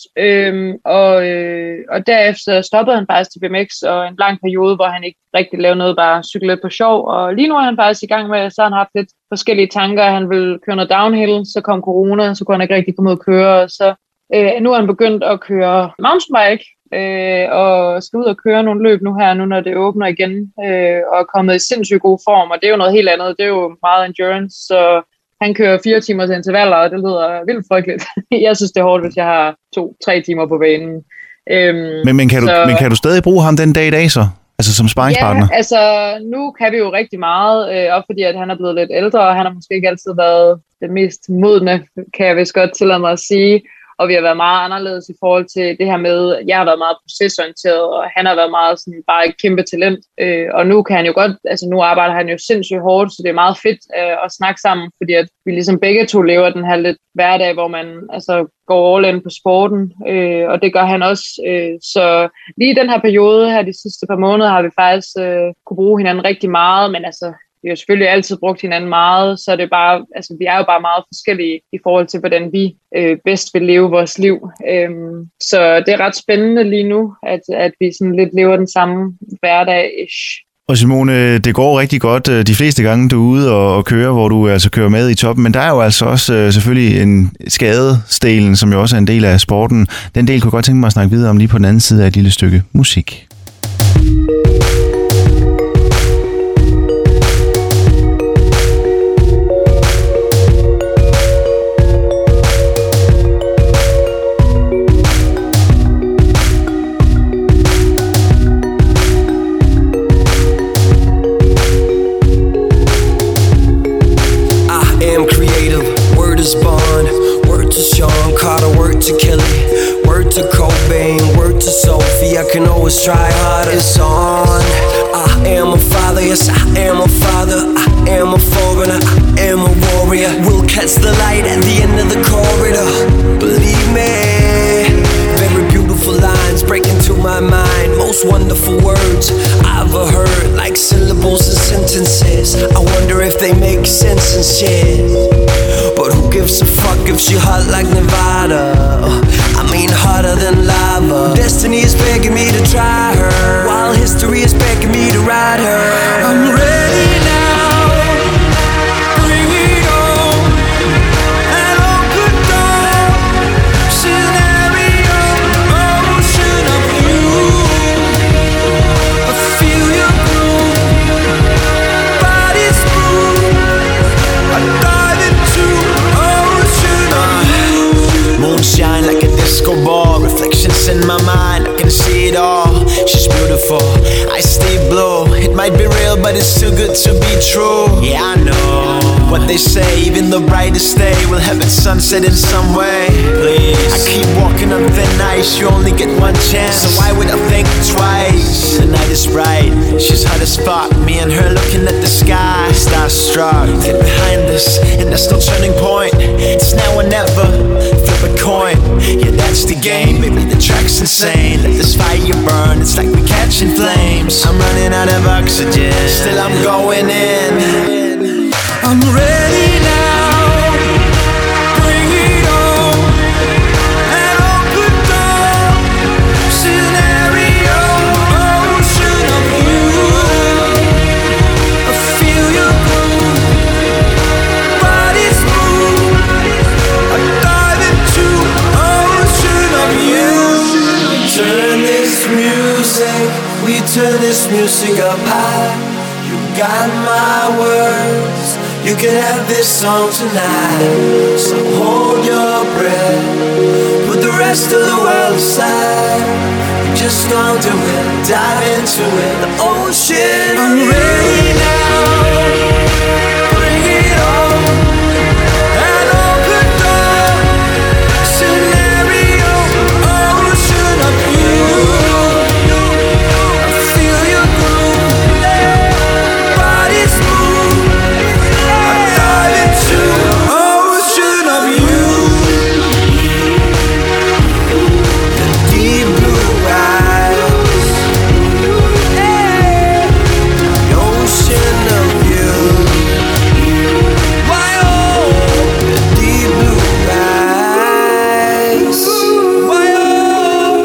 Og derefter stoppede han faktisk til BMX, og en lang periode, hvor han ikke rigtig lavede noget, bare cykle lidt på sjov. Og lige nu er han faktisk i gang med, så han har haft lidt forskellige tanker. Han vil køre noget downhill, så kom corona, så kunne han ikke rigtig komme ud og køre. Så nu er han begyndt at køre mountainbike, og skal ud og køre nogle løb nu når det åbner igen, og er kommet i sindssygt god form, og det er jo noget helt andet, det er jo meget endurance, så han kører 4 timers intervaller, og det lyder vildt frygteligt. Jeg synes, det er hårdt, hvis jeg har 2-3 timer på banen. Men kan du stadig bruge ham den dag i dag så? Altså som sparringspartner? Ja, nu kan vi jo rigtig meget, også fordi at han er blevet lidt ældre, og han har måske ikke altid været det mest modne, kan jeg vist godt tillade mig at sige. Og vi har været meget anderledes i forhold til det her med, jeg har været meget procesorienteret, og han har været meget sådan bare et kæmpe talent. Og nu kan han jo godt, nu arbejder han jo sindssygt hårdt, så det er meget fedt at snakke sammen, fordi at vi ligesom begge to lever den her lidt hverdag, hvor man går all in på sporten, og det gør han også. Så lige i den her periode her, de sidste par måneder, har vi faktisk kunne bruge hinanden rigtig meget, men vi har selvfølgelig altid brugt hinanden meget, så det er bare, vi er jo bare meget forskellige i forhold til, hvordan vi bedst vil leve vores liv. Så det er ret spændende lige nu, at vi sådan lidt lever den samme hverdag-ish. Og Simone, det går rigtig godt de fleste gange, du er ude og kører, hvor du kører med i toppen, men der er jo altså også selvfølgelig en skadesdelen, som jo også er en del af sporten. Den del kunne jeg godt tænke mig at snakke videre om lige på den anden side af et lille stykke musik. word is bond. Word to Sean Carter, word to Kelly, word to Cobain, word to Sophie. I can always try harder. It's on. I am a father, yes I am a father. I am a foreigner, I am a warrior. We'll catch the light at the end of the corridor. Believe me. Very beautiful lines break into my mind. Most wonderful words I've ever heard, like syllables and sentences. I wonder if they make sense and shit. But who gives a fuck if she hot like Nevada? I mean hotter than lava. Destiny is begging me to try her, while history is begging me to ride her. I'm ready now. Bring it on. An open door. Scenario, ocean of you. I feel your groove. Body's smooth. I dive into ocean of you. Moonshine like a disco ball. Reflections in my mind, I can see it all. She's beautiful, I stay blue. It might be real, but it's too good to be true. Yeah, I know what they say, even the brightest day will have its sunset in some way. Please, I keep walking on thin ice. You only get one chance, so why would I think twice? The night is bright, she's hot as fuck. Me and her looking at the sky, starstruck. Hit behind us, and that's no turning point. It's now or never, flip a coin. Yeah, that's the game, maybe the track's insane. Let this fire burn, it's like we're catching flames. I'm running out of oxygen, still I'm going in. I'm ready now. Bring it on. An open door. Scenario, ocean of you. I feel your groove. Body's smooth. I dive into ocean of you. Turn this music, we turn this music up high. You got my words, you can have this song tonight. So hold your breath, put the rest of the world aside. You just gonna do it, dive into it. The ocean, I'm ready now. Bring it on. An open door. Scenario, ocean of you. I feel your groove. Body's smooth. I dive into ocean of you. The deep blue eyes. The ocean of you. Why oh, the deep blue eyes. Why oh.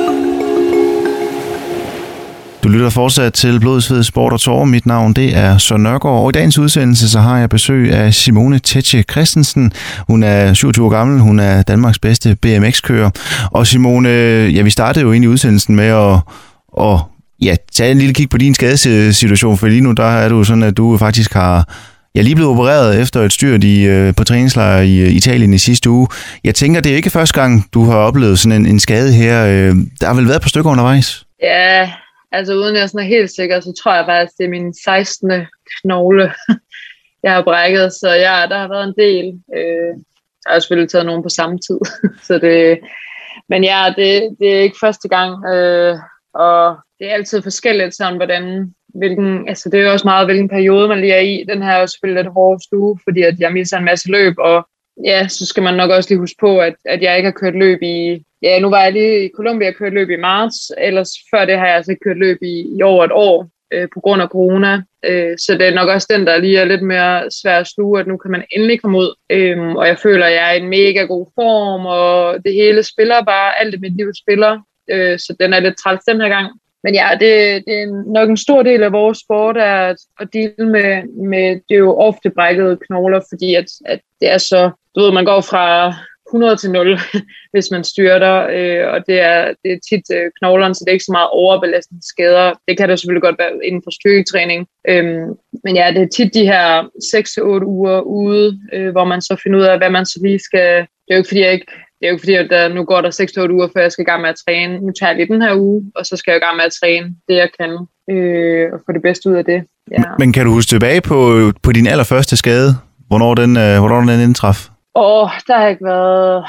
Du lytter fortsat til Blod, Sved, Sport og Tårer. Mit navn det er Søren Nørgaard, og i dagens udsendelse så har jeg besøg af Simone Tetche Christensen. Hun er 27 år gammel, hun er Danmarks bedste BMX-kører. Og Simone, ja, vi startede jo ind i udsendelsen med at tage en lille kig på din skadesituation, for lige nu der er du sådan, at du faktisk har lige blevet opereret efter et styrt på træningslejr i Italien i sidste uge. Jeg tænker, det er ikke første gang, du har oplevet sådan en skade her. Der har vel været et par stykker undervejs? Ja, altså uden jeg sådan er helt sikker, så tror jeg faktisk, det er min 16. knogle, jeg har brækket. Så ja, der har været en del. Jeg har selvfølgelig taget nogen på samme tid. Så men ja, det er ikke første gang. Og det er altid forskelligt, sådan altså det er jo også meget, hvilken periode man lige er i. Den her er jo selvfølgelig lidt hård stue, fordi at jeg misser en masse løb, og ja, så skal man nok også lige huske på, at jeg ikke har kørt løb i... Ja, nu var jeg lige i Colombia og kørt løb i marts, ellers før det har jeg altså ikke kørt løb i over et år på grund af corona. Så det er nok også den, der lige er lidt mere svær at sluge, at nu kan man endelig komme ud. Og jeg føler, at jeg er i en mega god form, og det hele spiller bare, alt i mit liv spiller. Så den er lidt træls den her gang. Men ja, det er nok en stor del af vores sport at deale med det er jo ofte brækkede knogler, fordi at det er så, du ved, man går fra 100 til 0, hvis man styrter, og det er tit knoglerne, så det er ikke så meget overbelastende skader. Det kan det selvfølgelig godt være inden for styrketræning. Men ja, det er tit de her 6-8 uger ude, hvor man så finder ud af, hvad man så lige skal... Det er jo ikke fordi, at der nu går der 6-8 uger, før jeg skal i gang med at træne. Nu tager jeg lige den her uge, og så skal jeg i gang med at træne det, jeg kan, og få det bedste ud af det. Ja. Men kan du huske tilbage på din allerførste skade? Hvornår den indtraf? Der har ikke været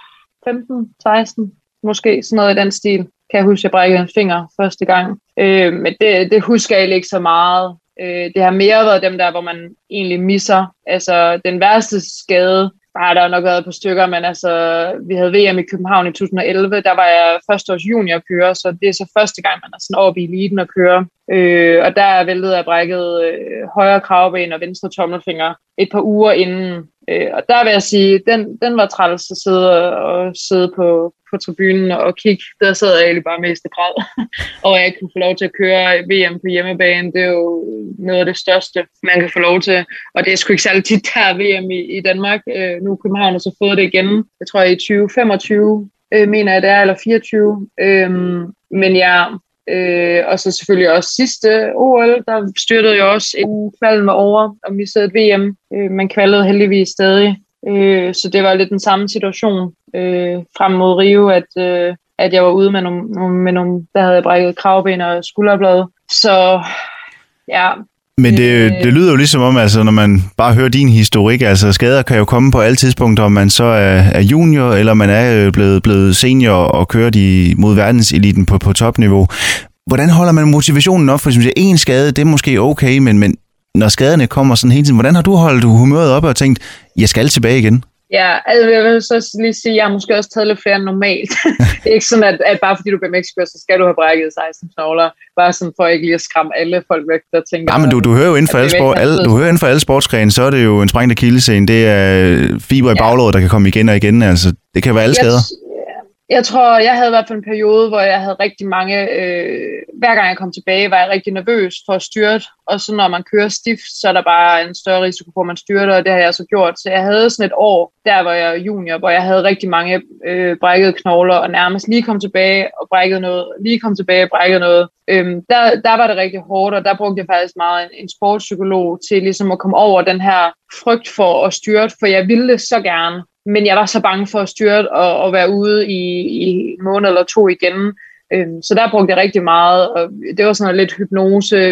15, 16, måske sådan noget i den stil. Kan jeg huske, jeg brækkede en finger første gang. Men det husker jeg ikke så meget. Det har mere været dem der, hvor man egentlig misser. Altså, den værste skade har der nok været på stykker, men altså, vi havde VM i København i 2011. Der var jeg førsteårs juniorkører, så det er så første gang, man er sådan oppe i eliten at køre. Og der væltede jeg brækket højre kravben og venstre tommelfinger et par uger inden. Og der vil jeg sige, den var træls at sidde på tribunen og kigge. Der sad jeg egentlig bare mest i græd. Og jeg kunne få lov til at køre VM på hjemmebane. Det er jo noget af det største, man kan få lov til. Og det er sgu ikke særlig tit, der er VM i Danmark. Nu er København så fået det igen. Jeg tror i 2025, mener jeg det er, eller 24. Men ja, og så selvfølgelig også sidste OL, der styrtede jeg også, inden kvalden var over og missede et VM. Man kvalede heldigvis stadig. Så det var lidt den samme situation frem mod Rio, at jeg var ude med nogle der havde brækket kravben og skulderblad. Så ja. Men det lyder jo ligesom om, altså, når man bare hører din historik, altså skader kan jo komme på alle tidspunkter, om man så er junior, eller man er blevet senior og kører mod verdenseliten på topniveau. Hvordan holder man motivationen op? For hvis man siger, en skade, det er måske okay, men når skaderne kommer sådan hele tiden, hvordan har du holdt humøret op og tænkt, jeg skal tilbage igen? Ja, altså jeg vil så lige sige, at jeg har måske også taget lidt flere end normalt. Det er ikke sådan, at bare fordi du er BMX-kører, så skal du have brækket 16 knogler. Bare sådan for ikke lige at skræmme alle folk væk, der tænker... Ja, men du hører jo inden for alle sportsgrene, så er det jo en sprængt akillescene. Det er fiber i baglåret, der kan komme igen og igen. Altså, det kan være alle skader. Jeg tror, jeg havde i hvert fald en periode, hvor jeg havde rigtig mange... hver gang jeg kom tilbage, var jeg rigtig nervøs for at styrte. Og så når man kører stift, så er der bare en større risiko for, at man styrter, og det har jeg så gjort. Så jeg havde sådan et år, der var jeg junior, hvor jeg havde rigtig mange brækkede knogler, og nærmest lige kom tilbage og brækkede noget, lige kom tilbage og brækkede noget. Der var det rigtig hårdt, og der brugte jeg faktisk meget en sportspsykolog til ligesom at komme over den her frygt for at styrte, for jeg ville det så gerne. Men jeg var så bange for at styrte og være ude i en måned eller to igen. Så der brugte jeg rigtig meget, og det var sådan lidt hypnose,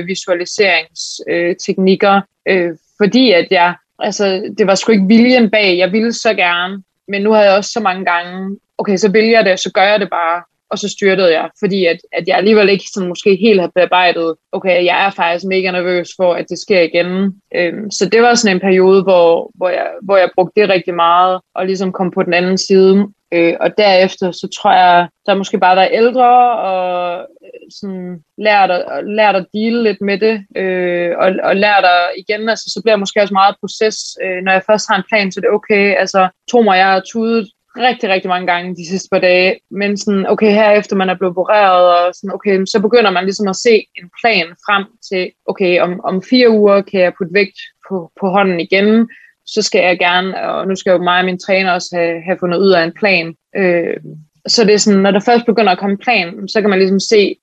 visualiseringsteknikker, fordi at det var sgu ikke viljen bag, jeg ville så gerne, men nu havde jeg også så mange gange, okay, så vil jeg det, så gør jeg det bare, og så styrtede jeg, fordi at jeg alligevel ikke sådan måske helt havde bearbejdet, okay, jeg er faktisk mega nervøs for, at det sker igen. Så det var sådan en periode, hvor jeg brugte det rigtig meget, og ligesom kom på den anden side. Og derefter, så tror jeg, der måske bare været ældre, og sådan lært at deale lidt med det, og lært at igen, altså så bliver jeg måske også meget proces, når jeg først har en plan, så det er okay, altså tro mig, jeg har tudet rigtig, rigtig mange gange de sidste par dage, men sådan, okay, herefter man er blevet opereret, og sådan, okay, så begynder man ligesom at se en plan frem til, okay, om 4 uger kan jeg putte vægt på hånden igen, så skal jeg gerne, og nu skal jo mig og min træner også have fundet ud af en plan. Så det er sådan, når der først begynder at komme en plan, så kan man ligesom se,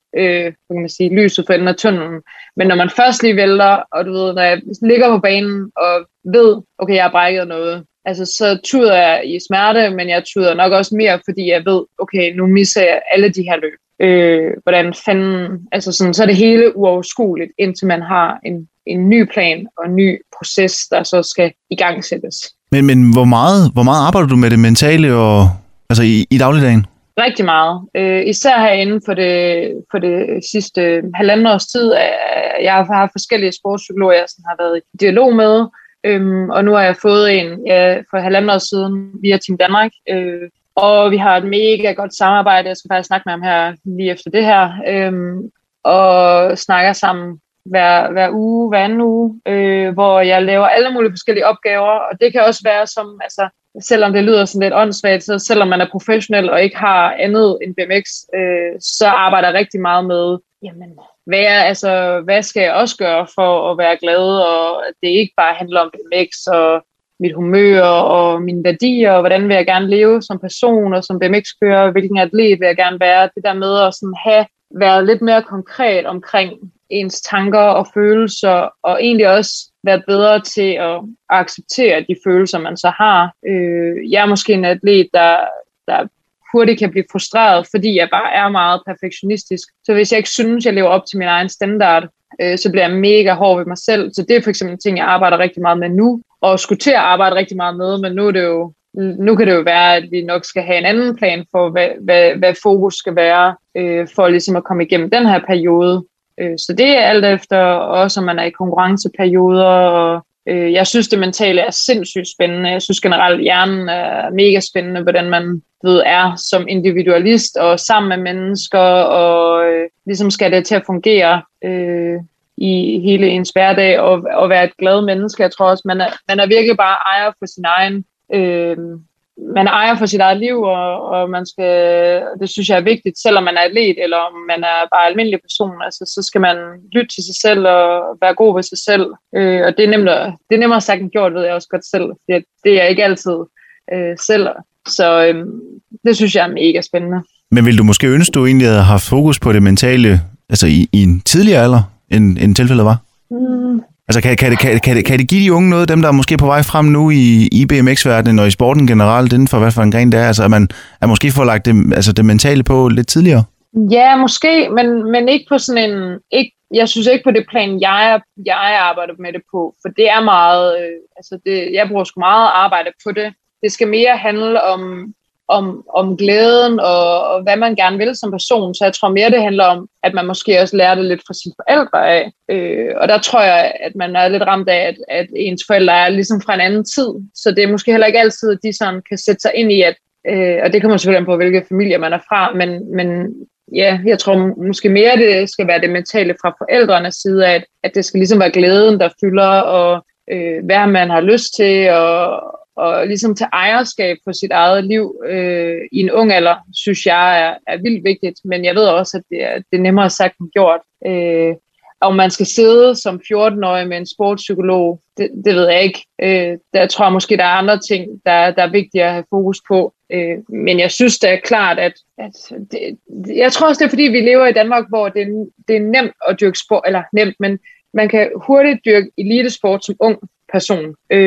lyset for enden af tunnelen. Men når man først lige vælter, og du ved, når jeg ligger på banen og ved, okay, jeg har brækket noget, altså så tuder jeg i smerte, men jeg tuder nok også mere, fordi jeg ved, okay, nu misser jeg alle de her løb. Hvordan fanden, altså sådan, så er det hele uoverskueligt, indtil man har en ny plan og en ny proces, der så skal igangsættes. Men hvor meget arbejder du med det mentale og altså i dagligdagen? Rigtig meget. Især herinde for det sidste 1,5 års tid. Jeg har haft forskellige sportspsykologer, jeg har været i dialog med, og nu har jeg fået en for 1,5 år siden via Team Danmark. Og vi har et mega godt samarbejde. Jeg skal faktisk snakke med ham her lige efter det her. Og snakker sammen hver uge, hver anden uge, hvor jeg laver alle mulige forskellige opgaver. Og det kan også være som, altså, selvom det lyder sådan lidt åndssvagt, så selvom man er professionel og ikke har andet end BMX, så arbejder jeg rigtig meget med, jamen, hvad skal jeg også gøre for at være glad, og at det ikke bare handler om BMX og mit humør og mine værdier, og hvordan vil jeg gerne leve som person og som BMX-kører, hvilken atlet vil jeg gerne være. Det der med at sådan være lidt mere konkret omkring ens tanker og følelser, og egentlig også være bedre til at acceptere de følelser, man så har. Jeg er måske en atlet, der hurtigt kan blive frustreret, fordi jeg bare er meget perfektionistisk. Så hvis jeg ikke synes, jeg lever op til min egen standard, så bliver jeg mega hård ved mig selv. Så det er for eksempel en ting, jeg arbejder rigtig meget med nu, og skulle til at arbejde rigtig meget med, men nu er det jo nu kan det jo være, at vi nok skal have en anden plan for, hvad fokus skal være, for ligesom at komme igennem den her periode. Så det er alt efter, også om man er i konkurrenceperioder, og jeg synes, det mentale er sindssygt spændende. Jeg synes generelt, hjernen er mega spændende, hvordan man er som individualist og sammen med mennesker, og ligesom skal det til at fungere i hele ens hverdag, og være et glad menneske. Jeg tror også, man er virkelig bare ejer for sin egen... man ejer for sit eget liv, og man skal, det synes jeg er vigtigt, selvom man er atlet, eller om man er bare almindelig person, altså, så skal man lytte til sig selv og være god ved sig selv. Og det er nemmere sagt end gjort, ved jeg også godt selv. Det er jeg ikke altid selv. Så det synes jeg er mega spændende. Men vil du måske ønske, du egentlig havde haft fokus på det mentale, altså i en tidligere alder, end tilfældet var? Altså kan det give de unge noget, dem der er måske på vej frem nu i BMX-verdenen og i sporten generelt, inden for hvad for en gren det er, altså at man måske får lagt det mentale på lidt tidligere? Ja, måske, men ikke på sådan en... Jeg synes ikke på det plan, jeg arbejder med det på, for det er meget... jeg bruger sgu meget arbejde på det. Det skal mere handle om glæden og hvad man gerne vil som person. Så jeg tror mere, det handler om, at man måske også lærer det lidt fra sine forældre af. Og der tror jeg, at man er lidt ramt af, at ens forældre er ligesom fra en anden tid. Så det er måske heller ikke altid, at de sådan kan sætte sig ind i, at og det kommer selvfølgelig på, hvilke familier man er fra, men ja, jeg tror måske mere, det skal være det mentale fra forældrenes side af, at det skal ligesom være glæden, der fylder, og hvad man har lyst til, og ligesom til ejerskab på sit eget liv i en ung alder, synes jeg er vildt vigtigt. Men jeg ved også, at det er nemmere sagt end gjort. Om man skal sidde som 14-årig med en sportspsykolog, det ved jeg ikke. Der tror jeg måske, der er andre ting, der er vigtige at have fokus på. Men jeg synes, det er klart, at jeg tror også, det er fordi, vi lever i Danmark, hvor det er nemt at dyrke sport, eller nemt, men man kan hurtigt dyrke elitesport som ung person.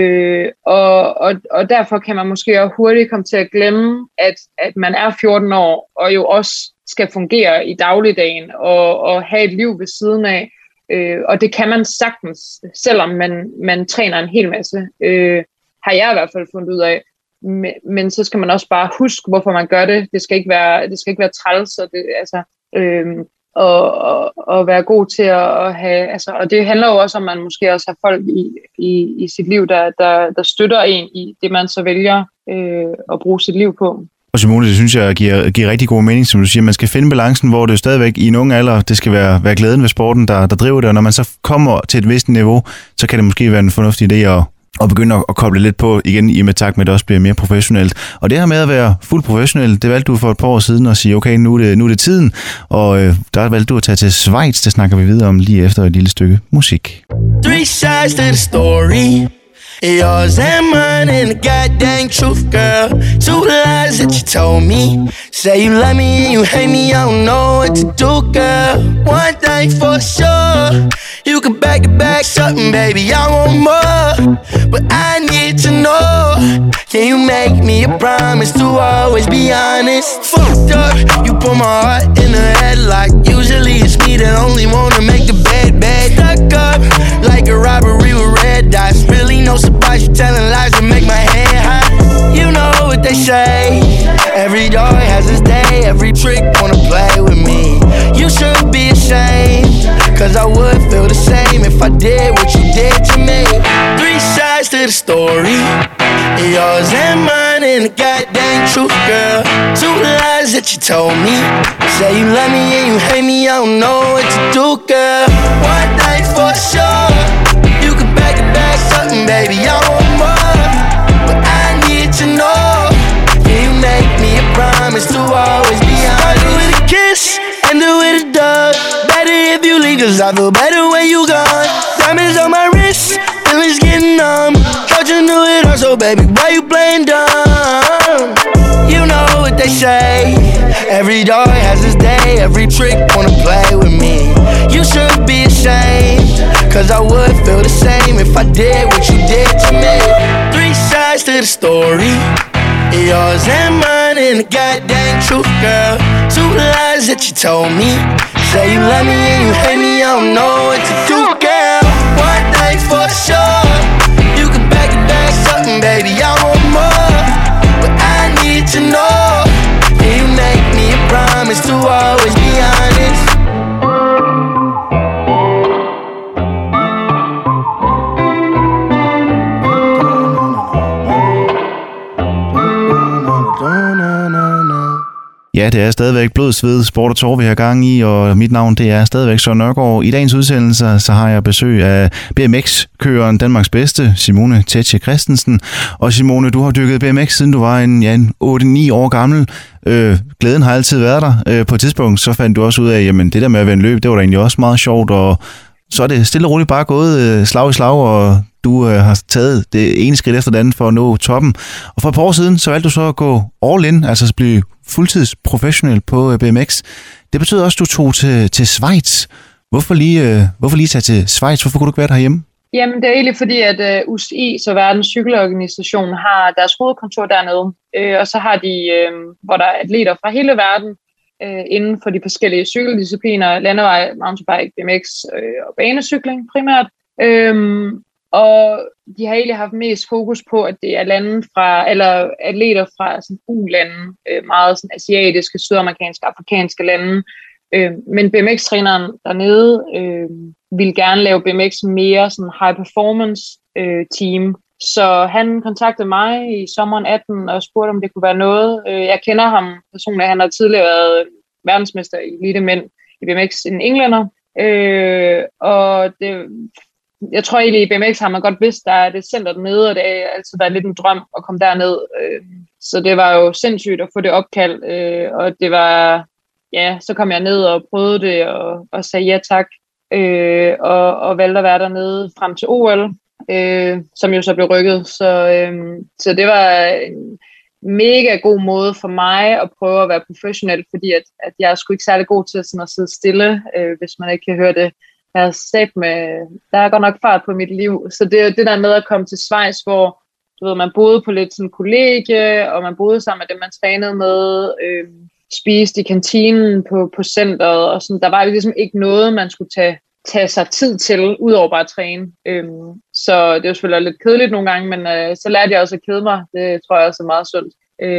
Og derfor kan man måske også hurtigt komme til at glemme, at man er 14 år, og jo også skal fungere i dagligdagen, og have et liv ved siden af. Og det kan man sagtens, selvom man træner en hel masse, har jeg i hvert fald fundet ud af. Men så skal man også bare huske, hvorfor man gør det. Det skal ikke være træls, og være god til at have, og det handler jo også om, at man måske også har folk i sit liv, der støtter en i det, man så vælger at bruge sit liv på. Og Simone, det synes jeg giver rigtig god mening, som du siger. Man skal finde balancen, hvor det stadigvæk i en ung alder, det skal være glæden ved sporten, der driver det, og når man så kommer til et vist niveau, så kan det måske være en fornuftig idé at begynde at koble lidt på igen, i med takt med, at det også bliver mere professionelt. Og det her med at være fuldt professionel, det valgte du for et par år siden at sige, okay, nu er det tiden, og der valgte du at tage til Schweiz. Det snakker vi videre om lige efter et lille stykke musik. 3 sides to the story. Yours and mine and the goddamn truth, girl. 2 lies that you told me. Say you love me and you hate me, I don't know what to do, girl. One thing for sure, you can back something, baby, I want more. But I need to know, can you make me a promise to always be honest? Fucked up, you put my heart in a headlock. Usually it's me that only wanna make the bed. Stuck up like a robbery with red dots. Really no surprise, you telling lies to make my head hot. You know what they say, every dog has his day. Every trick wanna play with me. You should be ashamed, cause I would feel the same if I did what you did to me. 3 sides to the story, yours and mine and the goddamn truth, girl. 2 lies that you told me. Say you love me and you hate me, I don't know what to do, girl. One thing for sure, you can back something, baby, I want more. But I need to know, can you make me a promise to always be honest? Start with a kiss, end it with a dove. Better if you leave, cause I feel better when you gone. Diamonds on my wrist, feelings getting numb. Thought you knew it all, so baby, why you playing dumb? You know what they say, every dog has his day. Every trick wanna play with me. You should be ashamed, cause I would feel the same if I did what you did to me. 3 sides to the story, yours and mine and the goddamn truth, girl. 2 lies that you told me. Say you love me and you hate me, I don't know what to do, girl. One thing for sure, you can back something, baby, I want more. Ja, det er stadigvæk blod, sved, sport og tårer, vi har gang i, og mit navn det er stadigvæk Søren Nørgaard. I dagens udsendelse så har jeg besøg af BMX-køreren Danmarks bedste, Simone Tetche Christensen. Og Simone, du har dykket BMX, siden du var en 8-9 år gammel. Glæden har altid været der. På et tidspunkt så fandt du også ud af, jamen det der med at vende løb, det var da egentlig også meget sjovt, og så er det stille og roligt bare gået slag i slag, og du har taget det ene skridt efter det andet for at nå toppen. Og for et par år siden, så valgte du så at gå all in, altså at blive fuldtidsprofessionel på BMX. Det betyder også, at du tog til Schweiz. Hvorfor lige tage til Schweiz? Hvorfor kunne du ikke være derhjemme? Jamen, det er egentlig fordi, at UCI, så Verdens Cykelorganisation, har deres hovedkontor dernede. Og så har de, hvor der er atleter fra hele verden, inden for de forskellige cykeldiscipliner, landevej, mountainbike, BMX og banecykling primært. Og de har egentlig haft mest fokus på, at det er eller atleter fra sådan U-lande, meget sådan asiatiske, sydamerikanske, afrikanske lande. Men BMX-træneren dernede ville gerne lave BMX mere sådan high performance team. Så han kontaktede mig i sommeren 18 og spurgte, om det kunne være noget. Jeg kender ham personligt. Han har tidligere været verdensmester i elite mænd i BMX, en englænder. Og jeg tror egentlig, i BMX har man godt vidst, der er det center dernede, og det har altid været lidt en drøm at komme derned. Så det var jo sindssygt at få det opkald, og det var, ja, så kom jeg ned og prøvede det, og sagde ja tak, og valgte at være dernede frem til OL, som jo så blev rykket. Så det var en mega god måde for mig at prøve at være professionel, fordi at jeg er sgu ikke særlig god til sådan at sidde stille, hvis man ikke kan høre det. Der er godt nok fart på mit liv, så det der med at komme til Schweiz, hvor du ved, man boede på lidt sådan kollegie, og man boede sammen med dem, man trænede med, spiste i kantinen på centret, og sådan, der var ligesom ikke noget, man skulle tage sig tid til, udover bare at træne. Så det var selvfølgelig lidt kedeligt nogle gange, men så lærte jeg også at kede mig. Det tror jeg også er meget sundt.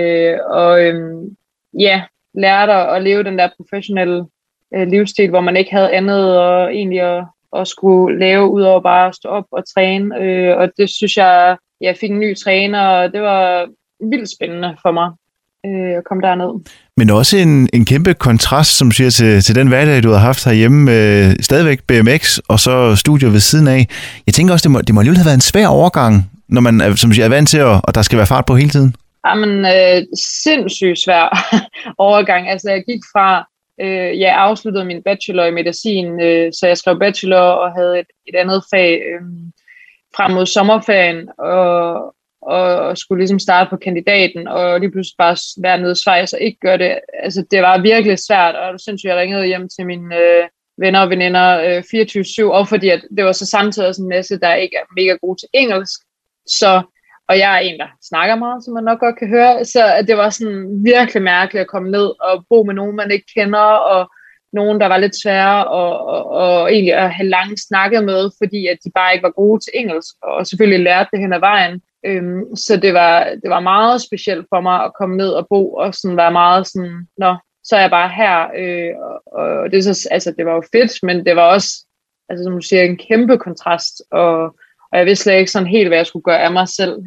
Lærte at leve den der professionelle livsstil, hvor man ikke havde andet og egentlig at skulle lave, udover bare at stå op og træne. Og det synes jeg fik en ny træner, og det var vildt spændende for mig at komme derned. Men også en kæmpe kontrast, som siger, til den hverdag, du har haft herhjemme, stadigvæk BMX, og så studier ved siden af. Jeg tænker også, det må alligevel have været en svær overgang, når man som siger, er vant til, at der skal være fart på hele tiden. Jamen, sindssygt svær overgang. Altså, jeg gik fra, jeg afsluttede min bachelor i medicin, så jeg skrev bachelor og havde et andet fag frem mod sommerferien, og skulle ligesom starte på kandidaten, og lige pludselig bare være nede i Schweiz og ikke gøre det. Altså, det var virkelig svært, og sindssygt, jeg ringede hjem til mine venner og veninder 24/7, og fordi at det var så samtidig også en masse, der ikke er mega god til engelsk. Og jeg er en, der snakker meget, som man nok godt kan høre, så det var sådan virkelig mærkeligt at komme ned og bo med nogen, man ikke kender, og nogen, der var lidt svære og egentlig at have langt snakket med, fordi at de bare ikke var gode til engelsk, og selvfølgelig lærte det hen ad vejen. Så det var meget specielt for mig at komme ned og bo, og sådan være meget sådan, så er jeg bare her, og det, det var jo fedt, men det var også, altså som du siger, en kæmpe kontrast, og jeg vidste slet ikke sådan helt, hvad jeg skulle gøre af mig selv.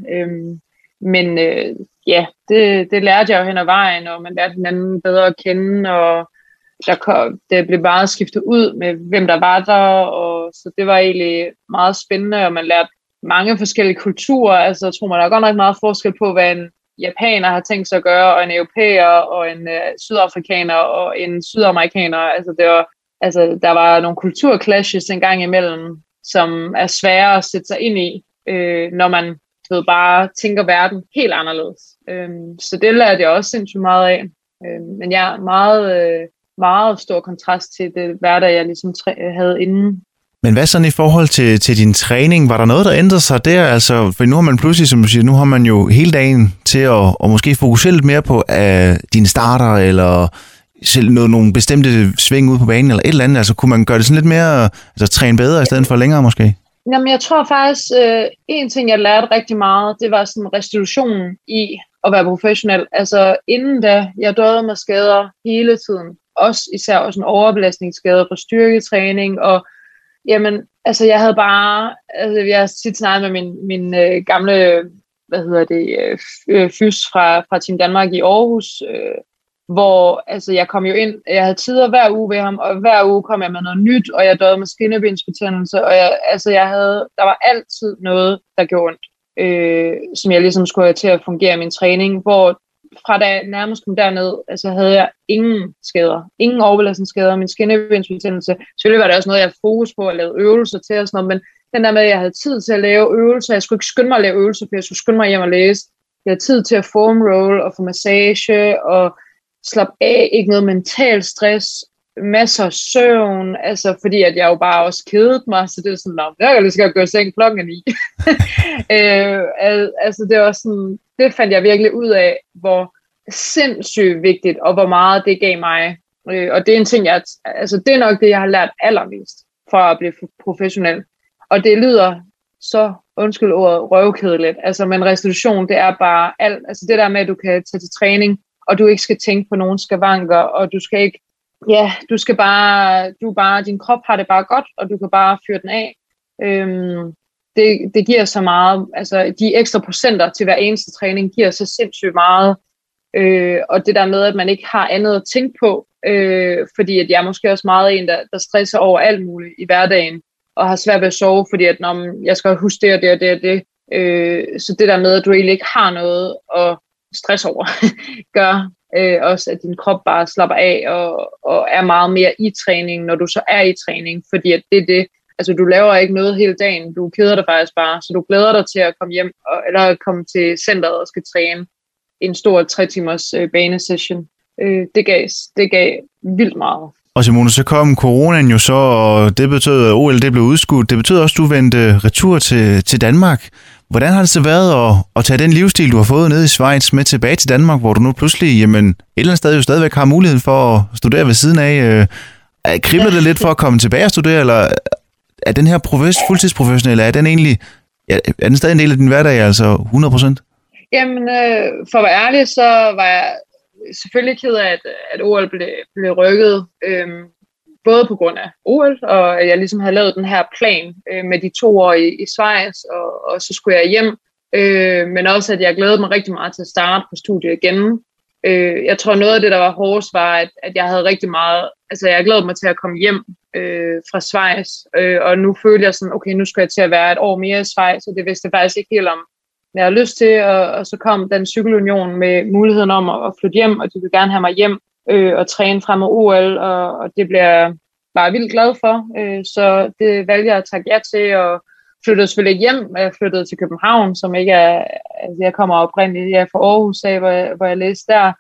Det lærte jeg jo hen ad vejen, og man lærte hinanden bedre at kende, og det blev meget skiftet ud med, hvem der var der, og så det var egentlig meget spændende, og man lærte mange forskellige kulturer. Altså, jeg tror, man har godt nok meget forskel på, hvad en japaner har tænkt sig at gøre, og en europæer, og en sydafrikaner, og en sydamerikaner. Der var nogle kulturclashes en gang imellem, som er svære at sætte sig ind i, når man bare tænker verden helt anderledes. Så det lærte jeg også sindssygt meget af. Men jeg er meget stor kontrast til det hverdag, jeg ligesom havde inden. Men hvad sådan i forhold til din træning? Var der noget, der ændrede sig der? Altså, for nu har man pludselig, som du siger, nu har man jo hele dagen til at måske fokusere lidt mere på dine starter, eller selv nogle bestemte sving ud på banen, eller et eller andet. Altså, kunne man gøre det sådan lidt mere, træne bedre, i stedet for længere måske? Jamen, jeg tror faktisk, en ting, jeg lærte rigtig meget, det var sådan restitutionen i at være professionel. Altså, inden da, jeg døde med skader hele tiden. Især også en overbelastningsskade på styrketræning, og jamen, altså jeg havde bare, jeg har tit snakket med min gamle fys fra Team Danmark i Aarhus, hvor altså, jeg kom jo ind, jeg havde tider hver uge ved ham, og hver uge kom jeg med noget nyt, og jeg døde med skinnebensbetændelse, og der var altid noget, der gjorde ondt, som jeg ligesom skulle have til at fungere i min træning, hvor fra da jeg nærmest kom derned, altså havde jeg ingen skader, ingen overbelastningsskader, min skinnebensbetændelse. Selvfølgelig var det også noget, jeg havde fokus på at lave øvelser til og sådan noget, men den der med, at jeg havde tid til at lave øvelser, jeg skulle ikke skynde mig at lave øvelser, for jeg skulle skynde mig hjem og læse. Jeg havde tid til at foam roll og få massage og slappe af, ikke noget mental stress, masser af søvn, altså fordi at jeg jo bare også kedede mig, så det er sådan, jeg kan lige skal gå i seng klokken 9. Altså det var sådan, det fandt jeg virkelig ud af, hvor sindssygt vigtigt, og hvor meget det gav mig. Og det er en ting, det er nok det, jeg har lært allermest fra at blive professionel. Og det lyder så, undskyld ordet, røvkedeligt. Altså, men restitution, det er bare alt. Altså det der med, at du kan tage til træning, og du ikke skal tænke på nogen skavanker, og du skal ikke, din krop har det bare godt, og du kan bare fyre den af. Det giver så meget, altså de ekstra procenter til hver eneste træning giver så sindssygt meget. Og det der med, at man ikke har andet at tænke på, fordi at jeg er måske også meget en, der stresser over alt muligt i hverdagen, og har svært ved at sove, fordi at jeg skal huske det og det og det og det. Så det der med, at du egentlig ikke har noget at stresse over, gør også, at din krop bare slapper af og er meget mere i træning, når du så er i træning, fordi at det er det. Altså, du laver ikke noget hele dagen, du keder dig faktisk bare, så du glæder dig til at komme hjem, eller komme til centret og skal træne en stor 3 timers banesession. Det gav vildt meget. Og Simone, så kom coronaen jo så, og det betød, at OL det blev udskudt. Det betød også, at du vendte retur til Danmark. Hvordan har det så været at tage den livsstil, du har fået nede i Schweiz, med tilbage til Danmark, hvor du nu pludselig, et eller andet sted jo stadigvæk har muligheden for at studere ved siden af? Kribler det lidt for at komme tilbage og studere, eller er den her fuldtidsprofessionelle, er den stadig en del af din hverdag, altså 100%? Jamen, for at være ærlig, så var jeg selvfølgelig ked af, at OL blev rykket, både på grund af OL, og at jeg ligesom havde lavet den her plan med de 2 år i Schweiz, og så skulle jeg hjem, men også at jeg glædede mig rigtig meget til at starte på studiet igen. Jeg tror noget af det, der var hårdest, var, at jeg havde rigtig meget, altså jeg glædede mig til at komme hjem fra Schweiz, og nu følte jeg sådan, okay, nu skal jeg til at være 1 år mere i Schweiz, og det vidste jeg faktisk ikke helt om, jeg havde lyst til, og så kom den cykelunion med muligheden om at flytte hjem, og de ville gerne have mig hjem og træne frem mod OL, og det bliver jeg bare vildt glad for. Så det valgte jeg at takke ja til, og flyttede selvfølgelig ikke hjem. Jeg flyttede til København, som ikke er, altså jeg kommer oprindeligt fra Aarhus af, hvor jeg læste der.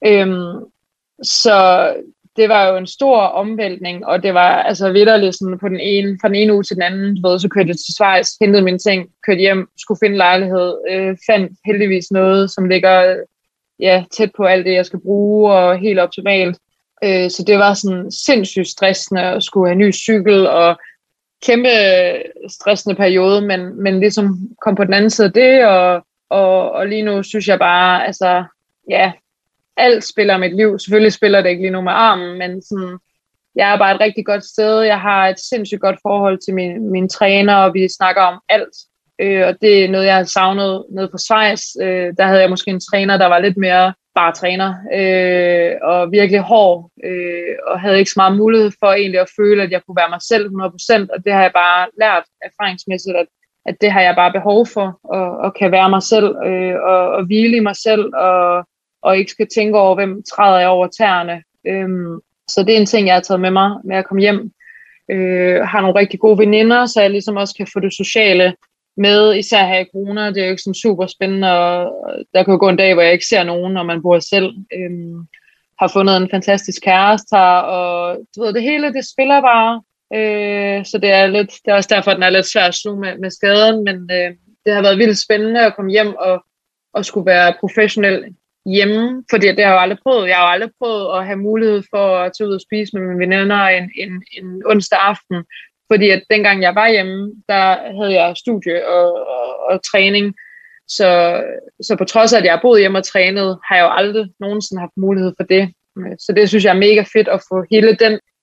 Så det var jo en stor omvæltning, og det var altså vitterligt sådan fra den ene uge til den anden, så kørte jeg til Schweiz, hentede mine ting, kørte hjem, skulle finde lejlighed, fandt heldigvis noget, som ligger tæt på alt det, jeg skal bruge, og helt optimalt. Så det var sådan sindssygt stressende at skulle have en ny cykel, og kæmpe stressende periode, men ligesom kom på den anden side af det, og lige nu synes jeg bare, altså, alt spiller mit liv. Selvfølgelig spiller det ikke lige nu med armen, men sådan, jeg er bare et rigtig godt sted. Jeg har et sindssygt godt forhold til mine træner, og vi snakker om alt. Og det er noget, jeg har savnet nede på Schweiz. Der havde jeg måske en træner, der var lidt mere bare træner, og virkelig hård, og havde ikke så meget mulighed for egentlig at føle, at jeg kunne være mig selv 100%, og det har jeg bare lært erfaringsmæssigt, at det har jeg bare behov for, og kan være mig selv, og hvile i mig selv, og ikke skal tænke over, hvem træder jeg over tæerne. Så det er en ting, jeg har taget med mig, med at komme hjem. Har nogle rigtig gode veninder, så jeg ligesom også kan få det sociale med, især her i corona. Det er jo ikke sådan super spændende, og der kan jo gå en dag, hvor jeg ikke ser nogen, når man bor selv. Har fundet en fantastisk kæreste her, og du ved, det hele, det spiller bare. Så det er også derfor, den er lidt svær at sluge med skaden, men det har været vildt spændende at komme hjem og skulle være professionel hjemme, fordi det har jeg jo aldrig prøvet. Jeg har jo aldrig prøvet at have mulighed for at tage ud og spise med mine veninder en onsdag aften, fordi at dengang jeg var hjemme, der havde jeg studie og træning, så på trods af, at jeg har boet hjemme og trænet, har jeg jo aldrig nogensinde haft mulighed for det. Så det synes jeg er mega fedt at få hele den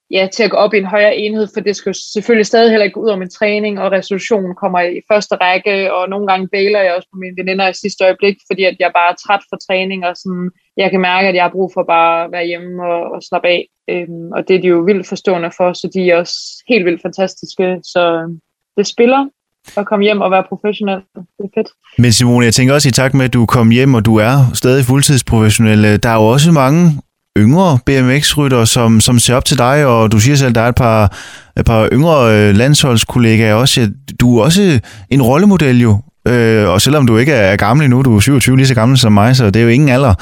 til at gå op i en højere enhed, for det skal jo selvfølgelig stadig heller ikke gå ud over min træning, og resolutionen kommer i første række, og nogle gange bailer jeg også på mine veninder i sidste øjeblik, fordi at jeg bare er træt for træning, og sådan, jeg kan mærke, at jeg har brug for bare at være hjemme og slappe af, og det er de jo vildt forstående for, så de er også helt vildt fantastiske, så det spiller at komme hjem og være professionel. Det er fedt. Men Simone, jeg tænker også i takt med, at du kom hjem, og du er stadig fuldtidsprofessionel, der er jo også mange yngre BMX-rytter, som ser op til dig, og du siger selv, at der er et par yngre landsholdskollegaer også. Du er også en rollemodel jo, og selvom du ikke er gammel endnu, du er 27, lige så gammel som mig, så det er jo ingen alder.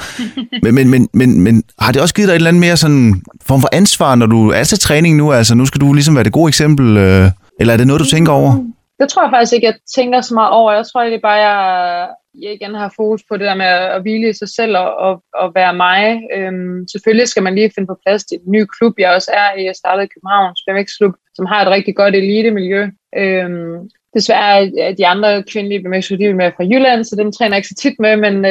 Men har det også givet dig et eller andet mere sådan form for ansvar, når du er til træning nu? Altså nu skal du ligesom være det gode eksempel, eller er det noget, du tænker over? Det tror jeg faktisk ikke, jeg tænker så meget over. Jeg tror egentlig bare, jeg igen har fokus på det der med at hvile i sig selv og være mig. Selvfølgelig skal man lige finde på plads til en ny klub, jeg også er i. Jeg startede i Københavns BMX-klub, som har et rigtig godt elite-miljø. Desværre er de andre kvindelige BMX-klubber, de er med fra Jylland, så dem træner jeg ikke så tit med, men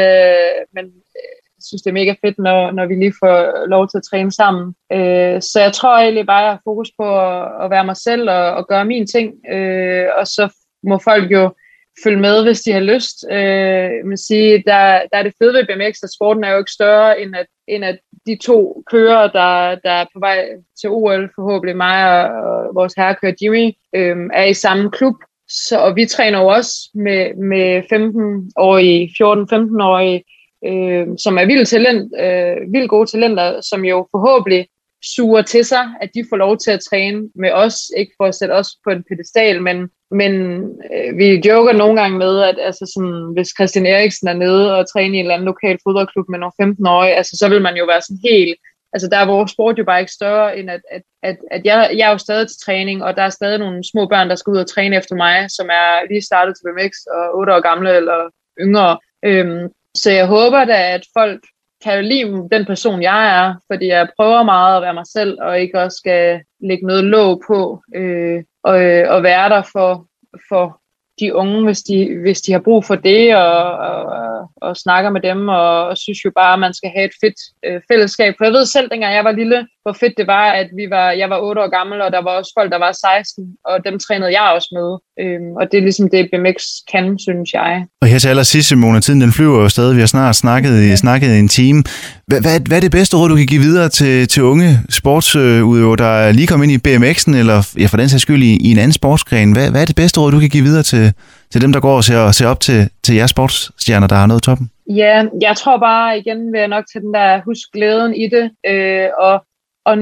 jeg synes, det er mega fedt, når vi lige får lov til at træne sammen. Så jeg tror egentlig bare, at jeg har fokus på at være mig selv og gøre mine ting. Og så må folk jo følge med, hvis de har lyst. Man sige, der er det fede ved BMX, at sporten er jo ikke større, end at de to kører, der er på vej til OL, forhåbentlig mig og vores herrekører Jimmy, er i samme klub. Og vi træner jo også med 15-årige, 14-15-årige, som er vildt gode talenter, som jo forhåbentlig suger til sig, at de får lov til at træne med os, ikke for at sætte os på en pedestal, men vi joker nogle gange med, at altså sådan, hvis Christian Eriksen er nede og træner i en eller anden lokal fodboldklub med nogle 15-årige, altså så vil man jo være sådan helt, altså der er vores sport jo bare ikke større, end at jeg er jo stadig til træning, og der er stadig nogle små børn, der skal ud og træne efter mig, som er lige startet til BMX og 8 år gamle eller yngre. Så jeg håber da, at folk kan lide den person, jeg er, fordi jeg prøver meget at være mig selv, og ikke også skal lægge noget låg på, og være der for de unge, hvis de har brug for det, og snakker med dem, og synes jo bare, at man skal have et fedt fællesskab. For jeg ved selv, dengang jeg var lille, hvor fedt det var, at jeg var 8 år gammel, og der var også folk, der var 16, og dem trænede jeg også med. Og det er ligesom det, BMX kan, synes jeg. Og her til allersidst, Simone, tiden den flyver jo stadig. Vi har snart snakket i en time. Hvad er det bedste råd, du kan give videre til unge sportsudøvere, der er lige kommet ind i BMX'en, eller for den sags skyld i en anden sportsgren? Hvad er det bedste råd, du kan give videre til dem, der går og ser op til jeres sportsstjerner, der har nået toppen? Ja, jeg tror bare, igen vil jeg nok til den der, husk glæden i det, og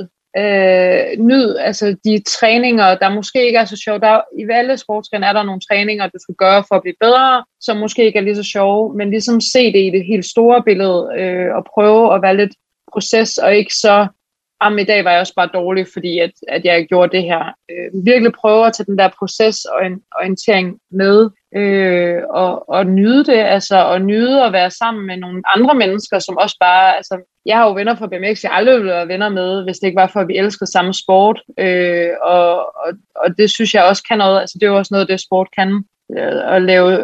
nyd altså de træninger, der måske ikke er så sjove. I alle sportsgrene er der nogle træninger, du skal gøre for at blive bedre, som måske ikke er lige så sjove, men ligesom se det i det helt store billede, og prøve at være lidt proces, og ikke så, i dag var jeg også bare dårlig, fordi at jeg gjorde det her. Virkelig prøve at tage den der proces og en orientering med, og nyde det, altså, og nyde at være sammen med nogle andre mennesker, som også bare, altså, jeg har jo venner fra BMX, jeg aldrig ville være venner med, hvis det ikke var for, at vi elskede samme sport, og det synes jeg også kan noget, altså det er jo også noget, det sport kan, at lave,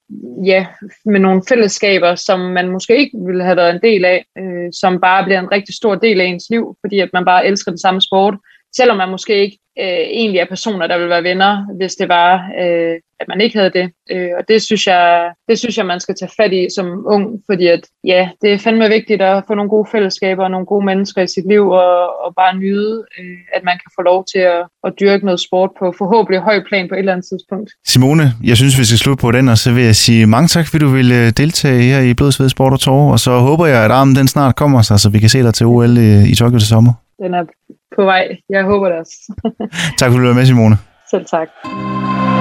med nogle fællesskaber, som man måske ikke ville have været en del af, som bare bliver en rigtig stor del af ens liv, fordi at man bare elsker den samme sport, selvom man måske ikke egentlig er personer, der vil være venner, hvis det var, at man ikke havde det. Og det synes jeg, man skal tage fat i som ung, fordi at, det er fandme vigtigt at få nogle gode fællesskaber og nogle gode mennesker i sit liv, og bare nyde, at man kan få lov til at dyrke noget sport på forhåbentlig høj plan på et eller andet tidspunkt. Simone, jeg synes, vi skal slutte på den, og så vil jeg sige mange tak, fordi du ville deltage her i Blod, Sved, Sport og Tårer, og så håber jeg, at armen den snart kommer sig, så vi kan se dig til OL i Tokyo til sommer. Den er på vej. Jeg håber det også. Tak fordi du var med, Simone. Selv tak.